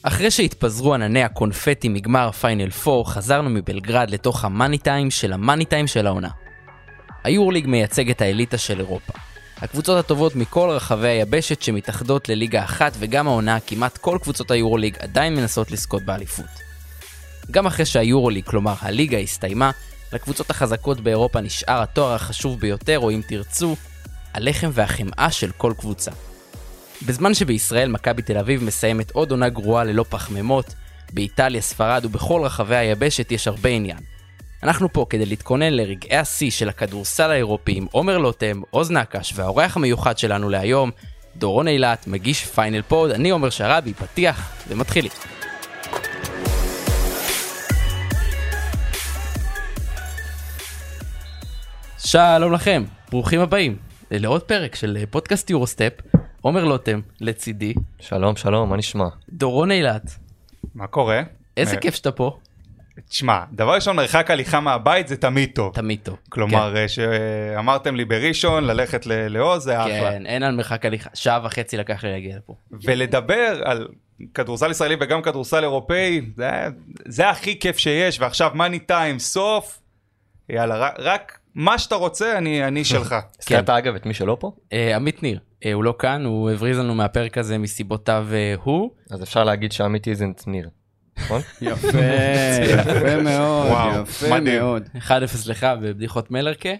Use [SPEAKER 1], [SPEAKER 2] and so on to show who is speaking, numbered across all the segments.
[SPEAKER 1] אחרי שהתפזרו ענני הקונפטי מגמר פיינל 4, חזרנו מבלגרד לתוך המאני טיים של המאני טיים של העונה. היורוליג מייצג את האליטה של אירופה. הקבוצות הטובות מכל רחבי היבשת שמתאחדות לליגה אחת, וגם העונה כמעט כל קבוצות היורוליג עדיין מנסות לזכות באליפות. גם אחרי שהיורוליג, כלומר הליגה, הסתיימה, לקבוצות החזקות באירופה נשאר התואר החשוב ביותר, או אם תרצו, הלחם והחמאה של כל קבוצה. בזמן שבישראל מכבי תל אביב מסיימת עוד עונה גרועה ללא פחמימות, באיטליה, ספרד ובכל רחבי היבשת יש הרבה עניין. אנחנו פה כדי להתכונן לרגעי השיא של הכדורסל האירופי עם עומר לוטם, עוז נקש והאורח המיוחד שלנו להיום, דורון אילת, מגיש פיינל פוד. אני עומר שרבי, פתיח ומתחילים. שלום לכם, ברוכים הבאים לעוד פרק של פודקאסט יורוסטפ. עומר לוטם לצידי.
[SPEAKER 2] שלום, שלום, מה נשמע?
[SPEAKER 1] דורון אילת.
[SPEAKER 3] מה קורה?
[SPEAKER 1] איזה כיף שאתה פה.
[SPEAKER 3] תשמע, דבר ראשון, מרחק הליכה מהבית זה תמיד טוב.
[SPEAKER 1] תמיד טוב.
[SPEAKER 3] כלומר, שאמרתם לי בראשון ללכת לעוז, זה אחלה.
[SPEAKER 1] כן, אין על מרחק הליכה. שעה וחצי לקח לי להגיע לפה.
[SPEAKER 3] ולדבר על כדורסל ישראלי וגם כדורסל אירופאי, זה הכי כיף שיש, ועכשיו מאני טיים, סוף. יאללה, רק מה שאתה רוצה, אני שלך.
[SPEAKER 2] הזכרת אגב את מי שלא פה?
[SPEAKER 1] עמית ניר. הוא לא כאן, הוא הבריז לנו מהפרק הזה מסיבותיו הוא.
[SPEAKER 2] אז אפשר להגיד שעמית איזנט ניר. נכון?
[SPEAKER 4] יפה, יפה מאוד, יפה מאוד.
[SPEAKER 1] 1-0 לך בבדיחות מלרקה.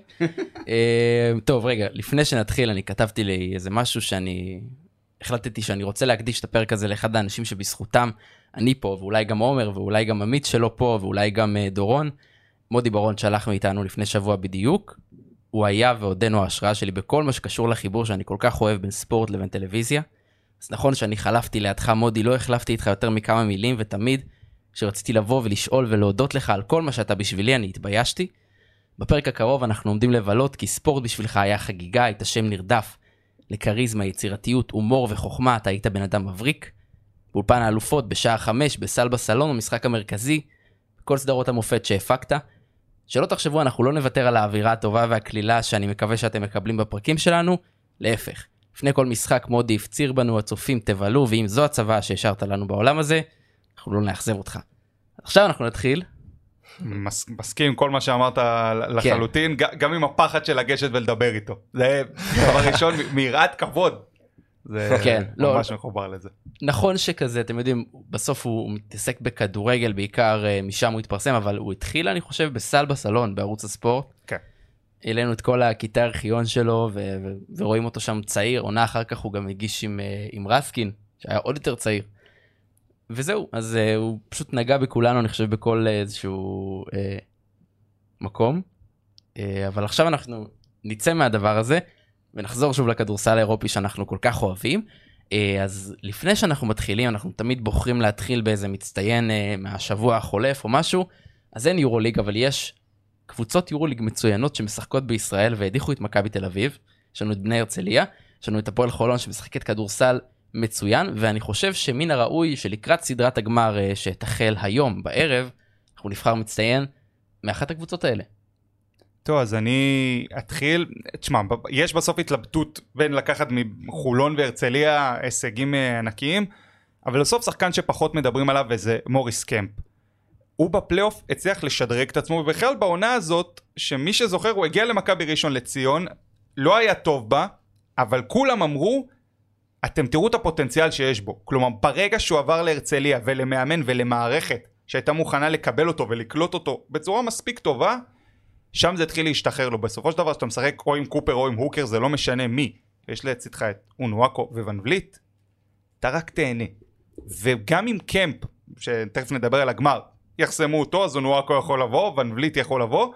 [SPEAKER 1] טוב, רגע, לפני שנתחיל, אני כתבתי לי איזה משהו שאני החלטתי שאני רוצה להקדיש את הפרק הזה לאחד האנשים שבזכותם אני פה, ואולי גם עומר, ואולי גם עמית שלו פה, ואולי גם דורון. מודי ברון שלח מאיתנו לפני שבוע בדיוק. הוא היה ועודנו ההשראה שלי בכל מה שקשור לחיבור שאני כל כך אוהב בין ספורט לבין טלוויזיה. אז נכון שאני חלפתי לידך מודי, לא החלפתי איתך יותר מכמה מילים, ותמיד שרציתי לבוא ולשאול ולהודות לך על כל מה שאתה בשבילי, אני התביישתי. בפרק הקרוב אנחנו עומדים לבלות, כי ספורט בשבילך היה חגיגה, היית שם נרדף לקריזמה, יצירתיות, הומור וחוכמה, אתה היית בן אדם מבריק. באולפן האלופות בשעה 5, בסל בסלון, המשחק המרכזי, כל סדרות המופת שהפקת. שלא תחשבו, אנחנו לא נוותר על האווירה הטובה והכלילה שאני מקווה שאתם מקבלים בפרקים שלנו, להפך. לפני כל משחק מודי הפציר בנו, הצופים תבלו, ואם זו הצבא שהשארת לנו בעולם הזה, אנחנו לא נאכזב אותך. עכשיו אנחנו נתחיל.
[SPEAKER 3] מסכים עם כל מה שאמרת לחלוטין, גם עם הפחד של לגשת ולדבר איתו. זה דבר ראשון, מיראת כבוד. זה ממש מחובר לזה.
[SPEAKER 1] נכון שכזה, אתם יודעים, בסוף הוא מתעסק בכדורגל, בעיקר משם הוא התפרסם, אבל הוא התחיל, אני חושב, בסל בסלון, בערוץ הספורט.
[SPEAKER 3] כן.
[SPEAKER 1] העלינו את כל הכיתה הארכיון שלו, ורואים אותו שם צעיר. עונה אחר כך הוא גם הגיש עם רסקין, שהיה עוד יותר צעיר. וזהו, אז הוא פשוט נגע בכולנו, אני חושב, בכל איזשהו מקום. אבל עכשיו אנחנו נצא מהדבר הזה, ונחזור שוב לכדורסל האירופי שאנחנו כל כך אוהבים. אז לפני שאנחנו מתחילים, אנחנו תמיד בוחרים להתחיל באיזה מצטיין מהשבוע החולף או משהו. אז אין יורוליג, אבל יש קבוצות יורוליג מצוינות שמשחקות בישראל, והדיחו את מכבי תל אביב. יש לנו את בני הרצליה, יש לנו את הפועל חולון שמשחקת כדורסל מצוין, ואני חושב שמן הראוי שלקראת סדרת הגמר שתחל היום בערב, אנחנו נבחר מצטיין מאחת הקבוצות האלה.
[SPEAKER 3] טוב, אז אני אתחיל. תשמע, יש בסוף התלבטות בין לקחת מחולון והרצליה הישגים ענקיים, אבל בסוף שחקן שפחות מדברים עליו, וזה מוריס קמפ. הוא בפלייאוף הצליח לשדרג את עצמו, ובכלל בעונה הזאת, שמי שזוכר, הוא הגיע למכבי ראשון לציון, לא היה טוב בה, אבל כולם אמרו, אתם תראו את הפוטנציאל שיש בו. כלומר, ברגע שהוא עבר להרצליה ולמאמן ולמערכת, שהייתה מוכנה לקבל אותו ולקלוט אותו בצורה מספיק טובה, שם זה התחיל להשתחרר לו. בסופו של דבר, שאתה משחק או עם קופר או עם הוקר, זה לא משנה מי. יש לצדך את אונואקו וון וליט, אתה רק תהנה. וגם עם קמפ, שתכף נדבר על הגמר, יחסמו אותו, אז אונואקו יכול לבוא, וון וליט יכול לבוא,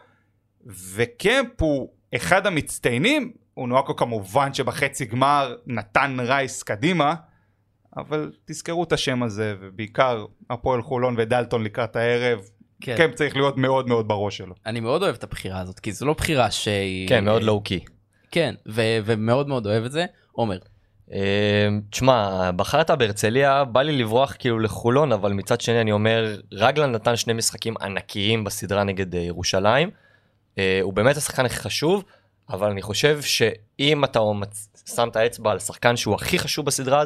[SPEAKER 3] וקמפ הוא אחד המצטיינים, אונואקו כמובן שבחצי גמר נתן רייס קדימה, אבל תזכרו את השם הזה, ובעיקר הפועל חולון ודלטון לקראת הערב,
[SPEAKER 1] כן.
[SPEAKER 3] קמפ צריך להיות מאוד מאוד בראש שלו.
[SPEAKER 1] אני מאוד אוהב את הבחירה הזאת, כי זו לא בחירה שהיא...
[SPEAKER 2] כן, מאוד לואו-קי.
[SPEAKER 1] כן, ומאוד מאוד אוהב את זה. עומר.
[SPEAKER 2] תשמע, בחרת בהרצליה, בא לי לברוח כאילו לחולון, אבל מצד שני אני אומר, רגלן נתן שני משחקים ענקיים בסדרה נגד ירושלים. הוא באמת השחקן הכי חשוב, אבל אני חושב שאם אתה שם את האצבע על שחקן שהוא הכי חשוב בסדרה הזאת,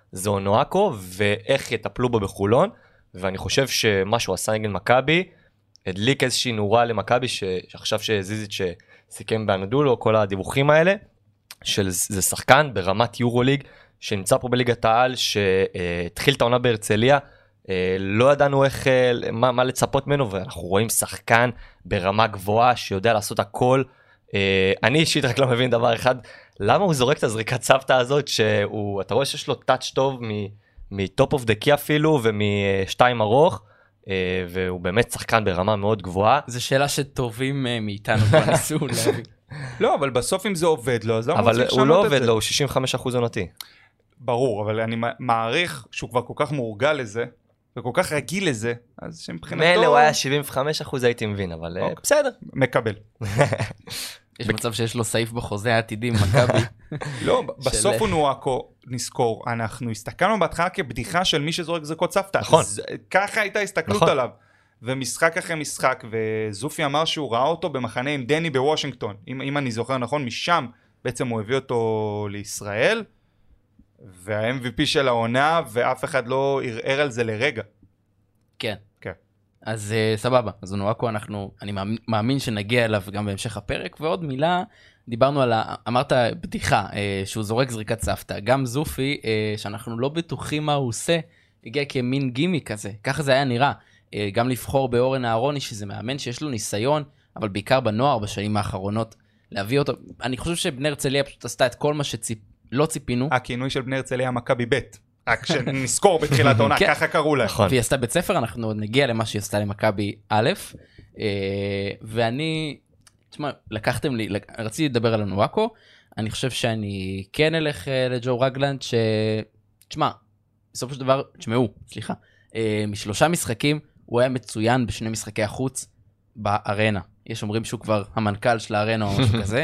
[SPEAKER 2] זה אונואקו, ואיך יטפלו בו בחולון, ואני חושב שמה שהוא עשה נגד מכבי, הדליק איזושהי נורה למכבי, שעכשיו שזיזית שסיכם באנדולו, כל הדיווחים האלה, שזה שחקן ברמת יורוליג, שנמצא פה בליגת העל, שהתחיל את העונה בהרצליה, לא ידענו מה לצפות ממנו, ואנחנו רואים שחקן ברמה גבוהה, שיודע לעשות הכל. אני אישית רק לא מבין דבר אחד, למה הוא זורק את הזריקת סבתא הזאת, שאתה רואה שיש לו טאץ' טוב מטופ אוף דקי אפילו, ומשתיים ארוך, והוא באמת שחקן ברמה מאוד גבוהה.
[SPEAKER 1] זו שאלה שטובים מאיתנו כבר ניסו להביא.
[SPEAKER 3] לא, אבל בסוף אם זה עובד לו, אז למה
[SPEAKER 2] אבל הוא לא עובד לו, הוא 65% עונתי.
[SPEAKER 3] ברור, אבל אני מעריך שהוא כבר כל כך מורגל לזה, וכל כך רגיל לזה, אז שמבחינתו...
[SPEAKER 2] מילא הוא היה 75% הייתי מבין, אבל בסדר.
[SPEAKER 3] מקבל.
[SPEAKER 1] יש מצב שיש לו סעיף בחוזה העתידי, מכבי.
[SPEAKER 3] לא, בסוף הוא נועקו, נזכור, אנחנו הסתכלנו בהתחלה כבדיחה של מי שזורק זריקות סבתא.
[SPEAKER 2] נכון.
[SPEAKER 3] ככה הייתה הסתכלות עליו. ומשחק אחרי משחק, וזופי אמר שהוא ראה אותו במחנה עם דני בוושינגטון. אם אני זוכר נכון, משם בעצם הוא הביא אותו לישראל, וה-MVP של העונה, ואף אחד לא ערער על זה לרגע.
[SPEAKER 1] כן.
[SPEAKER 3] כן.
[SPEAKER 1] אז סבבה, אז אונואקו אני מאמין שנגיע אליו גם בהמשך הפרק, ועוד מילה, דיברנו על, אמרת בדיחה, שהוא זורק זריקת סבתא, גם זופי, שאנחנו לא בטוחים מה הוא עושה, הגיע כמין גימי כזה, ככה זה היה נראה, גם לבחור באורן אהרוני, שזה מאמן שיש לו ניסיון, אבל בעיקר בנוער בשנים האחרונות, להביא אותו, אני חושב שבני הרצליה פשוט עשתה את כל מה לא ציפינו.
[SPEAKER 3] הכינוי של בני הרצליה מכבי ב' רק שנזכור בתחילת העונה, ככה קראו לה.
[SPEAKER 1] והיא עשתה בית ספר, אנחנו עוד נגיע למה שהיא עשתה למכבי א', ואני, תשמע, לקחתם לי, רציתי לדבר על אונואקו, אני חושב שאני כן אלך לג'ו רגלנד, תשמע, בסופו של דבר, סליחה, משלושה משחקים, הוא היה מצוין בשני משחקי החוץ בארנה. יש אומרים שהוא כבר המנכ"ל של הארנה או משהו כזה,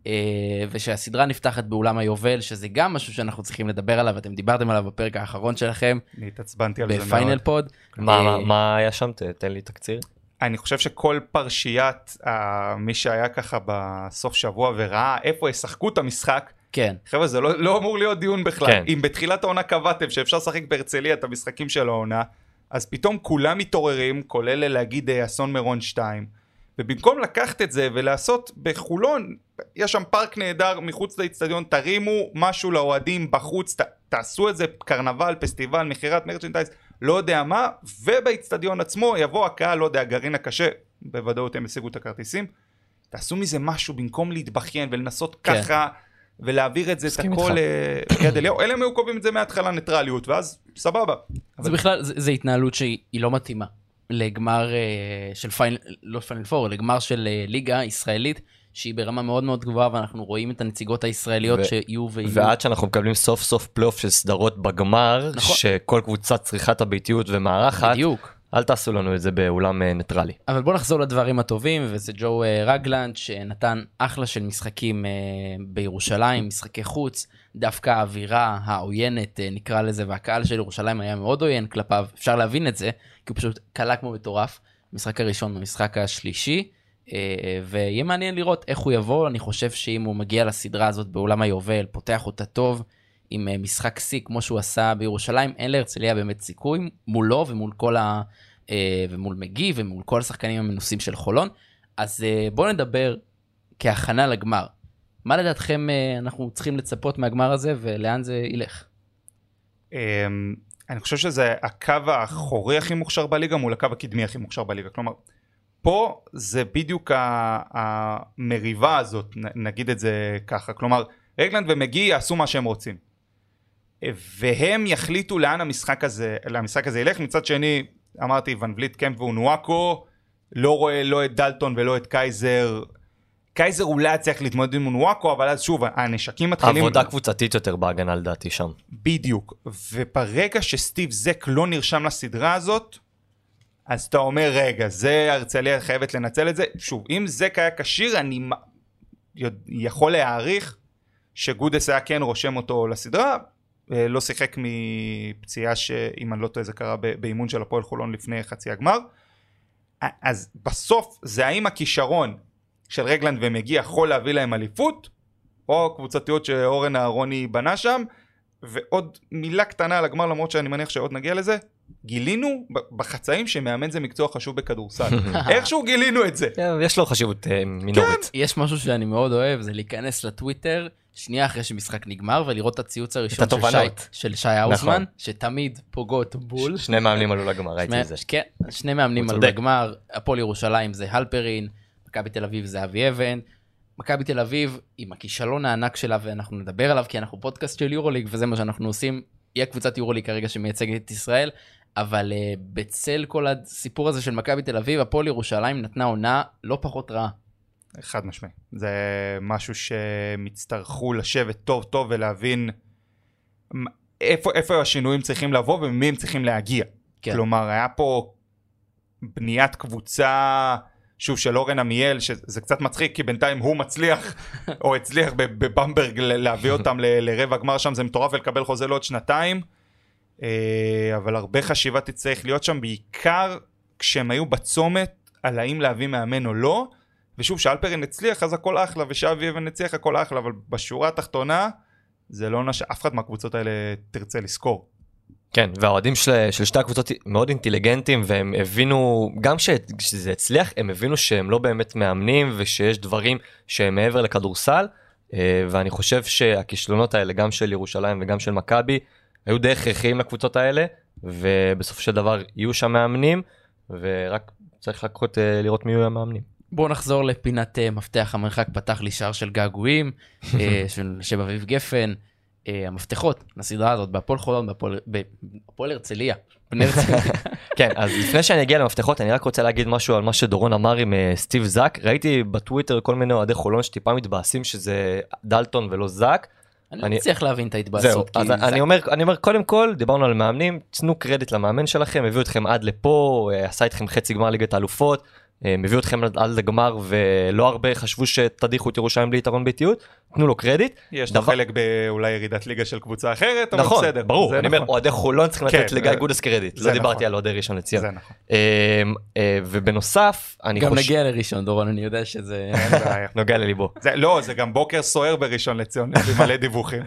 [SPEAKER 1] ושהסדרה נפתחת באולם היובל, שזה גם משהו שאנחנו צריכים לדבר עליו, אתם דיברתם עליו בפרק האחרון שלכם,
[SPEAKER 3] אני התעצבנתי על זה מאוד.
[SPEAKER 1] בפיינל פוד.
[SPEAKER 2] מה היה שם? תן לי תקציר.
[SPEAKER 3] אני חושב שכל פרשיית, מי שהיה ככה בסוף שבוע וראה איפה ישחקו את המשחק,
[SPEAKER 1] כן.
[SPEAKER 3] חבר'ה, זה לא אמור להיות דיון בכלל.
[SPEAKER 2] כן.
[SPEAKER 3] אם בתחילת העונה קבעתם שאפשר לשחק בהרצליה את המשחקים של העונה, אז פתאום כולם מתעוררים, כולל להגיד אסון מירון 2, ובמקום לקחת את זה ולעשות בחולון, יש שם פארק נהדר מחוץ לאצטדיון, תרימו משהו לאוהדים בחוץ, תעשו את זה, קרנבל, פסטיבל, מחירת מרצ'נדייז, לא יודע מה, ובאצטדיון עצמו יבוא הקהל, לא יודע, הגרעין הקשה, בוודאות הם השיגו את הכרטיסים, תעשו מזה משהו במקום להתבכיין ולנסות ככה, ולהעביר את זה, את הכל יד אליהו, אלה הם היו קובעים את זה מההתחלה ניטרליות, ואז סבבה.
[SPEAKER 1] זה בכלל, זה התנהלות שהיא לא מתאימה לגמר של לא פיינל פור, לגמר של ליגה ישראלית, שהיא ברמה מאוד מאוד גבוהה, ואנחנו רואים את הנציגות הישראליות שיהיו ויהיו.
[SPEAKER 2] ועד שאנחנו מקבלים סוף סוף פלייאוף של סדרות בגמר,
[SPEAKER 1] נכון.
[SPEAKER 2] שכל קבוצה צריכה את הביתיות ומערכת,
[SPEAKER 1] בדיוק.
[SPEAKER 2] אל תעשו לנו את זה באולם ניטרלי.
[SPEAKER 1] אבל בוא נחזור לדברים הטובים, וזה ג'ו רגלנד, שנתן אחלה של משחקים בירושלים, משחקי חוץ, דווקא האווירה העוינת, נקרא לזה, והקהל של ירושלים היה מאוד עוין כלפיו, אפשר להבין את זה, כי הוא פשוט קלה כמו מטורף, המשחק הראשון במשחק השלישי, ויהיה מעניין לראות איך הוא יבוא, אני חושב שאם הוא מגיע לסדרה הזאת באולם היובל, פותח אותה טוב, עם משחק סי כמו שהוא עשה בירושלים, אין להרצליה באמת סיכוי מולו ומול כל ומול מגי ומול כל השחקנים המנוסים של חולון. אז בואו נדבר כהכנה לגמר. מה לדעתכם אנחנו צריכים לצפות מהגמר הזה ולאן זה ילך?
[SPEAKER 3] אני חושב שזה הקו האחורי הכי מוכשר בליגה מול הקו הקדמי הכי מוכשר בליגה. כלומר, פה זה בדיוק המריבה הזאת, נגיד את זה ככה. כלומר, רגלנד ומגי יעשו מה שהם רוצים. והם יחליטו לאן המשחק הזה ילך. מצד שני, אמרתי, ון וליט, קמפ ואונואקו, לא רואה לא את דלטון ולא את קייזר. קייזר אולי צריך להתמודד עם אונואקו, אבל אז שוב, הנשקים מתחילים...
[SPEAKER 2] עבודה קבוצתית יותר בהגנה לדעתי שם.
[SPEAKER 3] בדיוק. וברגע שסטיב זק לא נרשם לסדרה הזאת, אז אתה אומר, רגע, זה הרצליה חייבת לנצל את זה. שוב, אם זק היה קשיר, אני יכול להעריך שגודס היה כן רושם אותו לסדרה, לא שיחק מפציעה שאם אני לא טועה זה קרה באימון של הפועל חולון לפני חצי הגמר. אז בסוף זה האם הכישרון של רגלנד ומגי יכול להביא להם אליפות, או קבוצתיות שאורן אהרוני בנה שם, ועוד מילה קטנה על הגמר, למרות שאני מניח שעוד נגיע לזה, גילינו בחצאים שמאמן זה מקצוע חשוב בכדורסל. איכשהו גילינו את זה.
[SPEAKER 2] יש לו חשיבות מינורית.
[SPEAKER 1] יש משהו שאני מאוד אוהב, זה להיכנס לטוויטר, שנייה אחרי שמשחק נגמר, ולראות את הציוץ הראשון של שי האוזמן, שתמיד פוגעות בול.
[SPEAKER 2] שני מאמנים עלו לגמר, ראיתי את זה.
[SPEAKER 1] כן, שני מאמנים עלו לגמר, הפועל ירושלים זה הלפרין, מכבי תל אביב זה אבי אבן, מכבי תל אביב עם הכישלון הענק שלה, ואנחנו נדבר עליו כי אנחנו פודקאסט של יורוליג, וזה מה שאנחנו עושים. היא הקבוצת יורוליג כרגע שמייצגת את ישראל, אבל בצל כל הסיפור הזה של מכבי תל אביב, הפועל ירושלים נתנה עונה לא פחות רעה.
[SPEAKER 3] חד משמעי. זה משהו שמצטרכו לשבת טוב טוב ולהבין איפה השינויים צריכים לבוא וממי הם צריכים להגיע. כן. כלומר, היה פה בניית קבוצה, שוב, של אורן עמיאל, שזה קצת מצחיק, כי בינתיים הוא מצליח, או הצליח בבמברג להביא אותם לרבע גמר שם, זה מטורף ולקבל חוזה לעוד שנתיים, אבל הרבה חשיבה תצטרך להיות שם, בעיקר כשהם היו בצומת, על האם להביא מאמן או לא, ושוב, שאלפרין הצליח, אז הכל אחלה, ושאבי אבן הצליח, הכל אחלה, אבל בשורה התחתונה, זה לא אף אחד מהקבוצות האלה תרצה לזכור.
[SPEAKER 2] כן, והאוהדים של שתי הקבוצות מאוד אינטליגנטים, והם הבינו, גם כשזה הצליח, הם הבינו שהם לא באמת מאמנים, ושיש דברים שהם מעבר לכדורסל, ואני חושב שהכישלונות האלה, גם של ירושלים וגם של מכבי, היו די הכרחיים לקבוצות האלה, ובסופו של דבר יהיו שם מאמנים, ורק צריך לחכות לראות מי יהיו המאמנים.
[SPEAKER 1] בואו נחזור לפינת מפתח המרחק, פתח לי שער של געגועים, של שבביב גפן, המפתחות לסדרה הזאת, בהפועל חולון, בהפועל הרצליה.
[SPEAKER 2] כן, אז לפני שאני אגיע למפתחות, אני רק רוצה להגיד משהו על מה שדורון אמר עם סטיב זק. ראיתי בטוויטר כל מיני אוהדי חולון שטיפה מתבאסים שזה דלטון ולא זק.
[SPEAKER 1] אני לא צריך להבין את ההתבאסות.
[SPEAKER 2] אז אני אומר, קודם כל, דיברנו על מאמנים, תנו קרדיט למאמן שלכם, הביאו אתכם עד לפה, עשה אתכם חצי גמר ליגת האלופות, הביאו אתכם עד לגמר, ולא הרבה חשבו שתדיחו את ירושלים בלי יתרון ביתיות, תנו לו קרדיט.
[SPEAKER 3] יש לו חלק באולי ירידת ליגה של קבוצה אחרת, אבל
[SPEAKER 2] נכון,
[SPEAKER 3] בסדר.
[SPEAKER 2] ברור, אני אומר, אוהדי חולון צריכים לתת לגיא גודס קרדיט, לא דיברתי על אוהדי ראשון לציון.
[SPEAKER 3] זה נכון.
[SPEAKER 2] ובנוסף, אני
[SPEAKER 1] גם נגיע לראשון, דורון, אני יודע שזה
[SPEAKER 2] נוגע לליבו.
[SPEAKER 3] לא, זה גם בוקר סוער בראשון לציון, יש לי מלא דיווחים.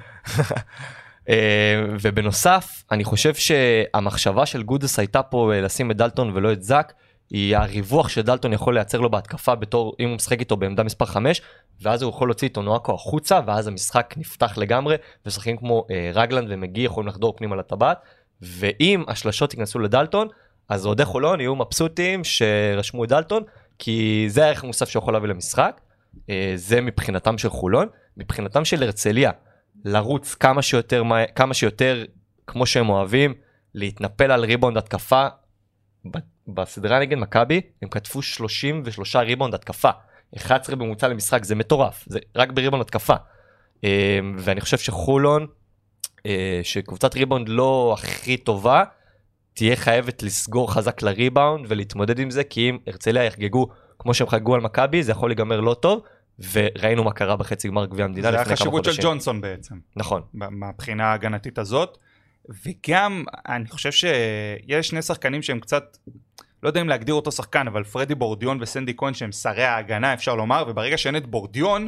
[SPEAKER 2] ובנוסף, אני חושב שהמחשבה של גודס הייתה פה לשים את דלטון ולא את זק, היא הריווח שדלטון יכול לייצר לו בהתקפה בתור, אם הוא משחק איתו בעמדה מספר 5, ואז הוא יכול להוציא איתו נואקו החוצה, ואז המשחק נפתח לגמרי, ושחקים כמו רגלנד ומגי יכולים לחדור פנימה לטבעת, ואם השלשות ייכנסו לדלטון, אז אוהדי חולון יהיו מבסוטים שרשמו את דלטון, כי זה הערך המוסף שיכול להביא למשחק, זה מבחינתם של חולון, מבחינתם של הרצליה, לרוץ כמה שיותר כמו שהם אוהבים, להתנפל על ריבאונד התקפה, בסדרה נגד מכבי הם כתבו 33 ריבאונד התקפה, 11 בממוצע למשחק, זה מטורף, זה רק בריבאונד התקפה, ואני חושב שחולון, שקבוצת ריבאונד לא הכי טובה, תהיה חייבת לסגור חזק לריבאונד ולהתמודד עם זה, כי אם הרצליה יחגגו כמו שהם חגגו על מכבי, זה יכול להיגמר לא טוב, וראינו מה קרה בחצי גמר גביע המדינה לפני כמה חודשים.
[SPEAKER 3] זה החשיבות של ג'ונסון בעצם.
[SPEAKER 2] נכון.
[SPEAKER 3] מהבחינה ההגנתית הזאת, וגם אני חושב שיש שני שחקנים שהם קצת, לא יודע אם להגדיר אותו שחקן, אבל פרדי בורדיון וסנדי כהן שהם שרי ההגנה אפשר לומר, וברגע שאין את בורדיון,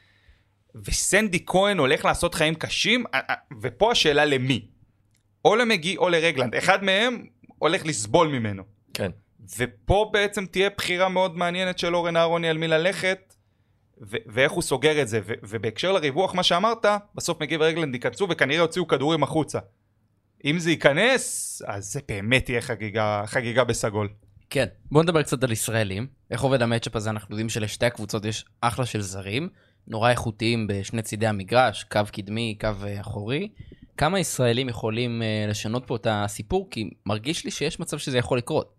[SPEAKER 3] וסנדי כהן הולך לעשות חיים קשים, ופה השאלה למי? או למגי או לרגלנד, אחד מהם הולך לסבול ממנו.
[SPEAKER 2] כן.
[SPEAKER 3] ופה בעצם תהיה בחירה מאוד מעניינת של אורן אהרוני על מי ללכת, ואיך הוא סוגר את זה, ובהקשר לריווח מה שאמרת, בסוף מגי ורגלנד ייכנסו וכנראה יוציאו כדורים החוצה. אם זה ייכנס, אז זה באמת תהיה חגיגה בסגול.
[SPEAKER 1] כן, בואו נדבר קצת על ישראלים. איך עובד המאצ'אפ הזה? אנחנו יודעים שלשתי הקבוצות יש אחלה של זרים, נורא איכותיים בשני צידי המגרש, קו קדמי, קו אחורי. כמה ישראלים יכולים לשנות פה את הסיפור? כי מרגיש לי שיש מצב שזה יכול לקרות.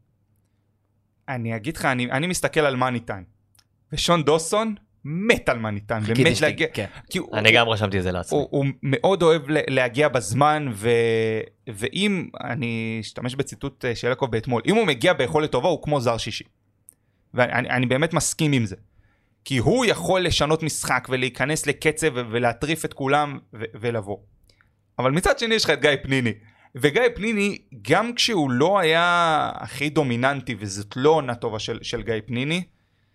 [SPEAKER 3] אני אגיד לך, אני מסתכל על מה ניתן. ושון דוסון מת על מה ניתן. באמת להגיע.
[SPEAKER 2] כן. אני גם רשמתי את זה לעצמי.
[SPEAKER 3] הוא מאוד אוהב להגיע בזמן, ואם, אני אשתמש בציטוט של יעקב באתמול, אם הוא מגיע ביכולת טובה, הוא כמו זר שישי. ואני באמת מסכים עם זה. כי הוא יכול לשנות משחק ולהיכנס לקצב ולהטריף את כולם ולבוא. אבל מצד שני יש לך את גיא פניני. וגיא פניני, גם כשהוא לא היה הכי דומיננטי, וזאת לא עונה טובה של גיא פניני,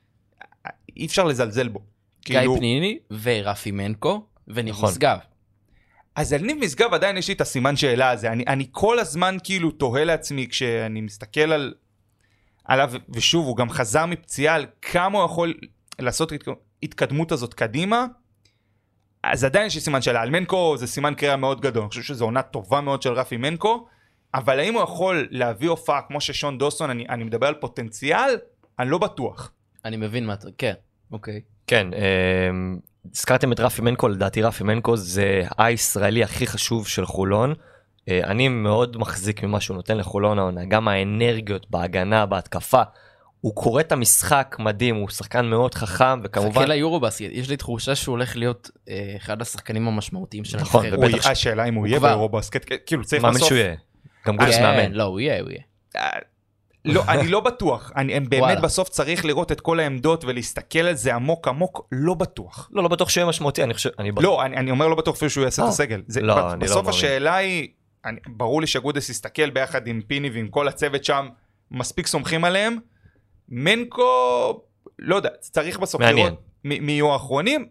[SPEAKER 3] אי אפשר לזלזל בו.
[SPEAKER 1] גיא פניני ורפי מנקו וניר משגב.
[SPEAKER 3] אז על ניב משגב עדיין יש לי את הסימן שאלה הזה, אני כל הזמן כאילו תוהה לעצמי כשאני מסתכל עליו, ושוב, הוא גם חזר מפציעה על כמה הוא יכול לעשות התקדמות הזאת קדימה, אז עדיין יש לי סימן שאלה, על מנקו זה סימן קריאה מאוד גדול, אני חושב שזו עונה טובה מאוד של רפי מנקו, אבל האם הוא יכול להביא הופעה כמו ששון דוסון, אני מדבר על פוטנציאל, אני לא בטוח.
[SPEAKER 1] אני מבין מה אתה, כן, אוקיי.
[SPEAKER 2] כן, הזכרתם את רפי מנקו, לדעתי רפי מנקו זה הישראלי הכי חשוב של חולון, אני מאוד מחזיק ממה שהוא נותן לחולון העונה, גם האנרגיות בהגנה, בהתקפה, הוא קורא את המשחק מדהים, הוא שחקן מאוד חכם, וכמובן...
[SPEAKER 1] חכה ליורובסקט, יש לי תחושה שהוא הולך להיות אחד השחקנים המשמעותיים של
[SPEAKER 2] נכון,
[SPEAKER 1] הנבחרת.
[SPEAKER 3] השאלה אם הוא יהיה ביורובסקט, כאילו צריך
[SPEAKER 2] מאמין
[SPEAKER 3] בסוף...
[SPEAKER 2] שהוא יהיה, גם גוץ מאמן.
[SPEAKER 1] לא, הוא יהיה.
[SPEAKER 3] לא, אני לא בטוח, הם באמת בסוף צריך לראות את כל העמדות ולהסתכל על זה עמוק, לא בטוח.
[SPEAKER 2] לא בטוח שהוא יהיה משמעותי, אני חושב...
[SPEAKER 3] לא, אני אומר לא בטוח אפילו שהוא יעשה את הסגל.
[SPEAKER 2] לא, אני לא
[SPEAKER 3] בסוף
[SPEAKER 2] מאמין.
[SPEAKER 3] השאלה היא, ברור לי שגודס יסתכל ביחד עם פיני ועם כל הצוות שם, מספיק סומכים עליהם, מנקו, לא יודע, צריך בסוף לראות מי יהיו האחרונים,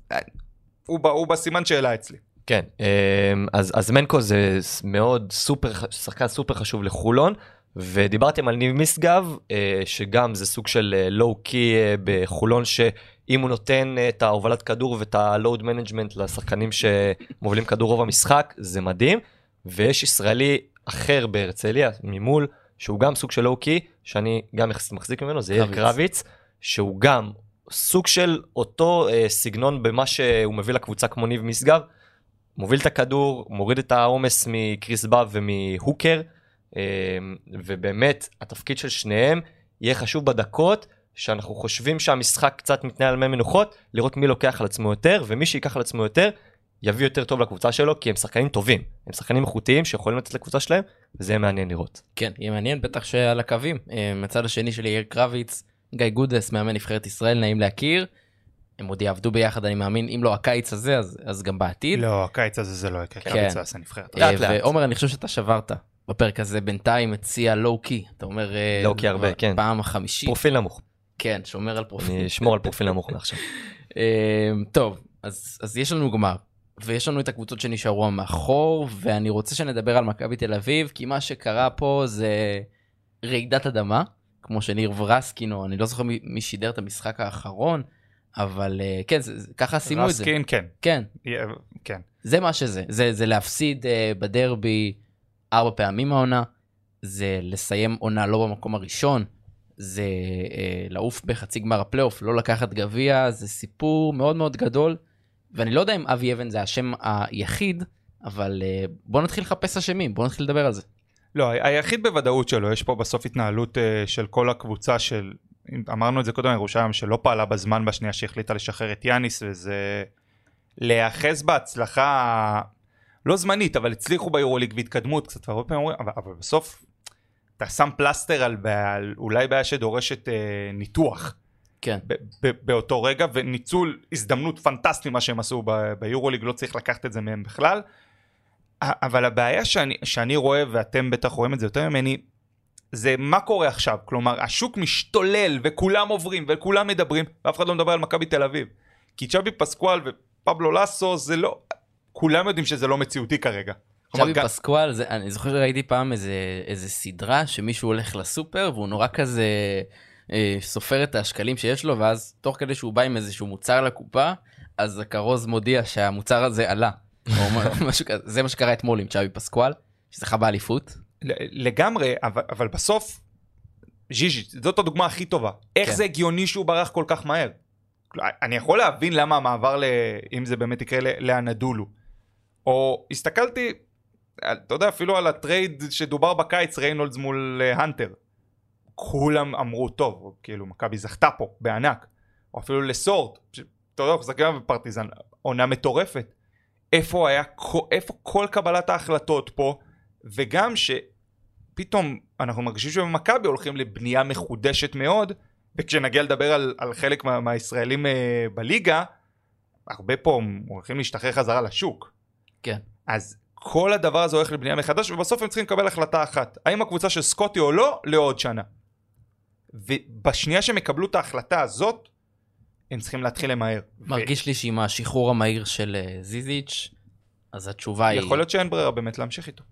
[SPEAKER 3] הוא בסימן שאלה אצלי.
[SPEAKER 2] כן, אז מנקו זה מאוד שחקן סופר חשוב לחולון, ודיברתם על ניב משגב, שגם זה סוג של לואו-קי בחולון, שאם הוא נותן את ההובלת כדור ואת הלואוד מנג'מנט לשחקנים שמובילים כדור רוב המשחק, זה מדהים, ויש ישראלי אחר בהרצליה ממול, שהוא גם סוג של לואו-קי, שאני גם מחזיק ממנו, זה יאיר קרביץ, שהוא גם סוג של אותו סגנון במה שהוא מביא לקבוצה כמו ניב משגב, מוביל את הכדור, מוריד את העומס מקריס באב ומהוקר, ובאמת התפקיד של שניהם יהיה חשוב בדקות, שאנחנו חושבים שהמשחק קצת מתנהל על מי מנוחות, לראות מי לוקח על עצמו יותר, ומי שיקח על עצמו יותר, יביא יותר טוב לקבוצה שלו, כי הם שחקנים טובים, הם שחקנים איכותיים שיכולים לתת לקבוצה שלהם, וזה יהיה מעניין לראות.
[SPEAKER 1] כן, יהיה מעניין, בטח שעל הקווים. מצד השני של יאיר קרביץ, גיא גודס, מאמן נבחרת ישראל, נעים להכיר. הם עוד יעבדו ביחד, אני מאמין, אם לא הקיץ הזה, אז גם בעתיד.
[SPEAKER 3] לא, הקיץ הזה זה לא יקרה, קרביץ עשה נבחרת.
[SPEAKER 1] ועומר, אני חושב שאתה שברת. בפרק הזה בינתיים הציע לואו-קי, אתה אומר,
[SPEAKER 2] לואו-קי הרבה, כן.
[SPEAKER 1] פעם החמישית.
[SPEAKER 2] פרופיל נמוך.
[SPEAKER 1] כן, שומר על פרופיל.
[SPEAKER 2] אני אשמור על פרופיל נמוך מעכשיו.
[SPEAKER 1] טוב, אז יש לנו גמר, ויש לנו את הקבוצות שנשארו מאחור, ואני רוצה שנדבר על מכבי תל אביב, כי מה שקרה פה זה רעידת אדמה, כמו שניר ורסקינו, אני לא זוכר מי שידר את המשחק האחרון, אבל כן, ככה שימו את זה.
[SPEAKER 3] רסקין, כן.
[SPEAKER 1] כן. זה מה שזה, זה להפסיד בדרבי 4 פעמים העונה, זה לסיים עונה לא במקום הראשון, זה לעוף בחצי גמר הפלייאוף, לא לקחת גביע, זה סיפור מאוד מאוד גדול, ואני לא יודע אם אבי אבן זה השם היחיד, אבל בוא נתחיל לחפש אשמים, בוא נתחיל לדבר על זה.
[SPEAKER 3] לא, היחיד בוודאות שלו, יש פה בסוף התנהלות של כל הקבוצה של, אמרנו את זה קודם, ירושלים שלא פעלה בזמן בשנייה שהחליטה לשחרר את יאניס, וזה להיאחז בהצלחה לא זמנית, אבל הצליחו ביורוליג והתקדמות קצת, והרבה פעמים אומרים, אבל בסוף אתה שם פלסטר על אולי בעיה שדורשת ניתוח.
[SPEAKER 1] כן.
[SPEAKER 3] באותו רגע, וניצול הזדמנות פנטסטי מה שהם עשו ביורוליג, לא צריך לקחת את זה מהם בכלל. אבל הבעיה שאני רואה, ואתם בטח רואים את זה יותר ממני, זה מה קורה עכשיו. כלומר, השוק משתולל, וכולם עוברים, וכולם מדברים, ואף אחד לא מדבר על מכבי תל אביב. כי צ'אבי פסקואל ופבלו לסו, זה לא, כולם יודעים שזה לא מציאותי כרגע.
[SPEAKER 1] צ'אבי פסקואל, אני זוכר שראיתי פעם איזה סדרה, שמישהו הולך לסופר, והוא נורא כזה סופר את השקלים שיש לו, ואז תוך כדי שהוא בא עם איזשהו מוצר לקופה, אז הכרוז מודיע שהמוצר הזה עלה. זה מה שקרה אתמול עם צ'אבי פסקואל, שזכה באליפות.
[SPEAKER 3] לגמרי, אבל בסוף, ז'יז'י, זאת הדוגמה הכי טובה. איך זה הגיוני שהוא ברח כל כך מהר? אני יכול להבין למה המעבר, אם זה באמת יקרה, לאנדולו. או הסתכלתי, אתה יודע, אפילו על הטרייד שדובר בקיץ, ריינולדס מול הנטר. כולם אמרו טוב, כאילו מכבי זכתה פה, בענק. או אפילו לסורט, אתה יודע, חזקה בפרטיזן, עונה מטורפת. איפה כל קבלת ההחלטות פה, וגם שפתאום אנחנו מרגישים שבמכבי הולכים לבנייה מחודשת מאוד, וכשנגיע לדבר על חלק מהישראלים בליגה, הרבה פה הולכים להשתחרר חזרה לשוק.
[SPEAKER 1] כן.
[SPEAKER 3] אז כל הדבר הזה הולך לבנייה מחדש, ובסוף הם צריכים לקבל החלטה אחת. האם הקבוצה של סקוטי או לא, לעוד שנה. ובשנייה שהם יקבלו את ההחלטה הזאת, הם צריכים להתחיל למהר.
[SPEAKER 1] מרגיש לי שעם השחרור המהיר של זיזיץ', אז התשובה היא...
[SPEAKER 3] יכול להיות שאין ברירה באמת להמשיך איתו.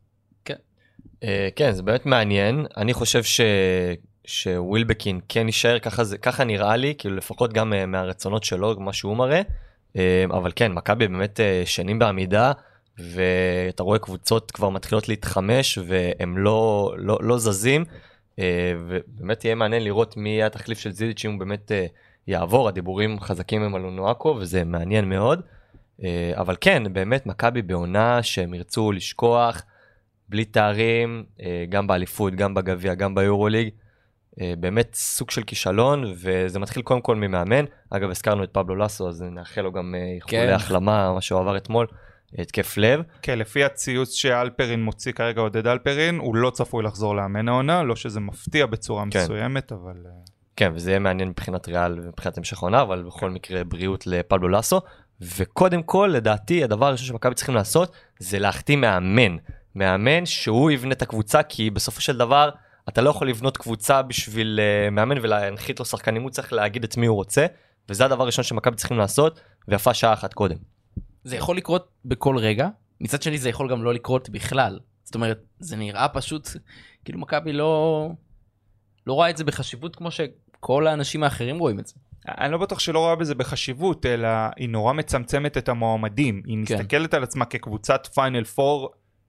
[SPEAKER 2] כן, זה באמת מעניין. אני חושב שווילבקין כן יישאר, ככה נראה לי, כאילו לפחות גם מהרצונות שלו, מה שהוא מראה. אבל כן, מכבי באמת שנים בעמידה, ואתה רואה קבוצות כבר מתחילות להתחמש, והם לא זזים, ובאמת יהיה מעניין לראות מי יהיה התחליף של זידיץ' אם הוא באמת יעבור. הדיבורים חזקים הם על אונואקו, וזה מעניין מאוד. אבל כן, באמת מכבי בעונה שהם ירצו לשכוח, בלי תארים, גם באליפות, גם בגביע, גם ביורוליג, באמת סוג של כישלון, וזה מתחיל קודם כל ממאמן. אגב, הזכרנו את פבלו לסו, אז נאחל לו גם איחולי החלמה, מה שהוא עבר אתמול, התקף לב.
[SPEAKER 3] כן, לפי הציוץ שאלפרין מוציא כרגע, עודד אלפרין, הוא לא צפוי לחזור לאמן העונה, לא שזה מפתיע בצורה מסוימת, אבל...
[SPEAKER 2] כן, וזה יהיה מעניין מבחינת ריאל ומבחינת המשך עונה, אבל בכל מקרה בריאות לפבלו לסו. וקודם כל, לדעתי, הדבר הראשון שמכבי צריכים לעשות, זה להחתים מאמן שהוא יבנה את הקבוצה, כי בסופו של דבר אתה לא יכול לבנות קבוצה בשביל מאמן ולהנחית לו שחקנים, הוא צריך להגיד את מי הוא רוצה, וזה הדבר הראשון שמכבי צריכים לעשות, ויפה שעה אחת קודם.
[SPEAKER 1] זה יכול לקרות בכל רגע, מצד שני זה יכול גם לא לקרות בכלל. זאת אומרת, זה נראה פשוט, כאילו מכבי לא רואה את זה בחשיבות כמו שכל האנשים האחרים רואים את זה.
[SPEAKER 3] אני לא בטוח שלא רואה בזה בחשיבות, אלא היא נורא מצמצמת את המועמדים. היא מסתכלת על עצמה כקבוצת פיינל פור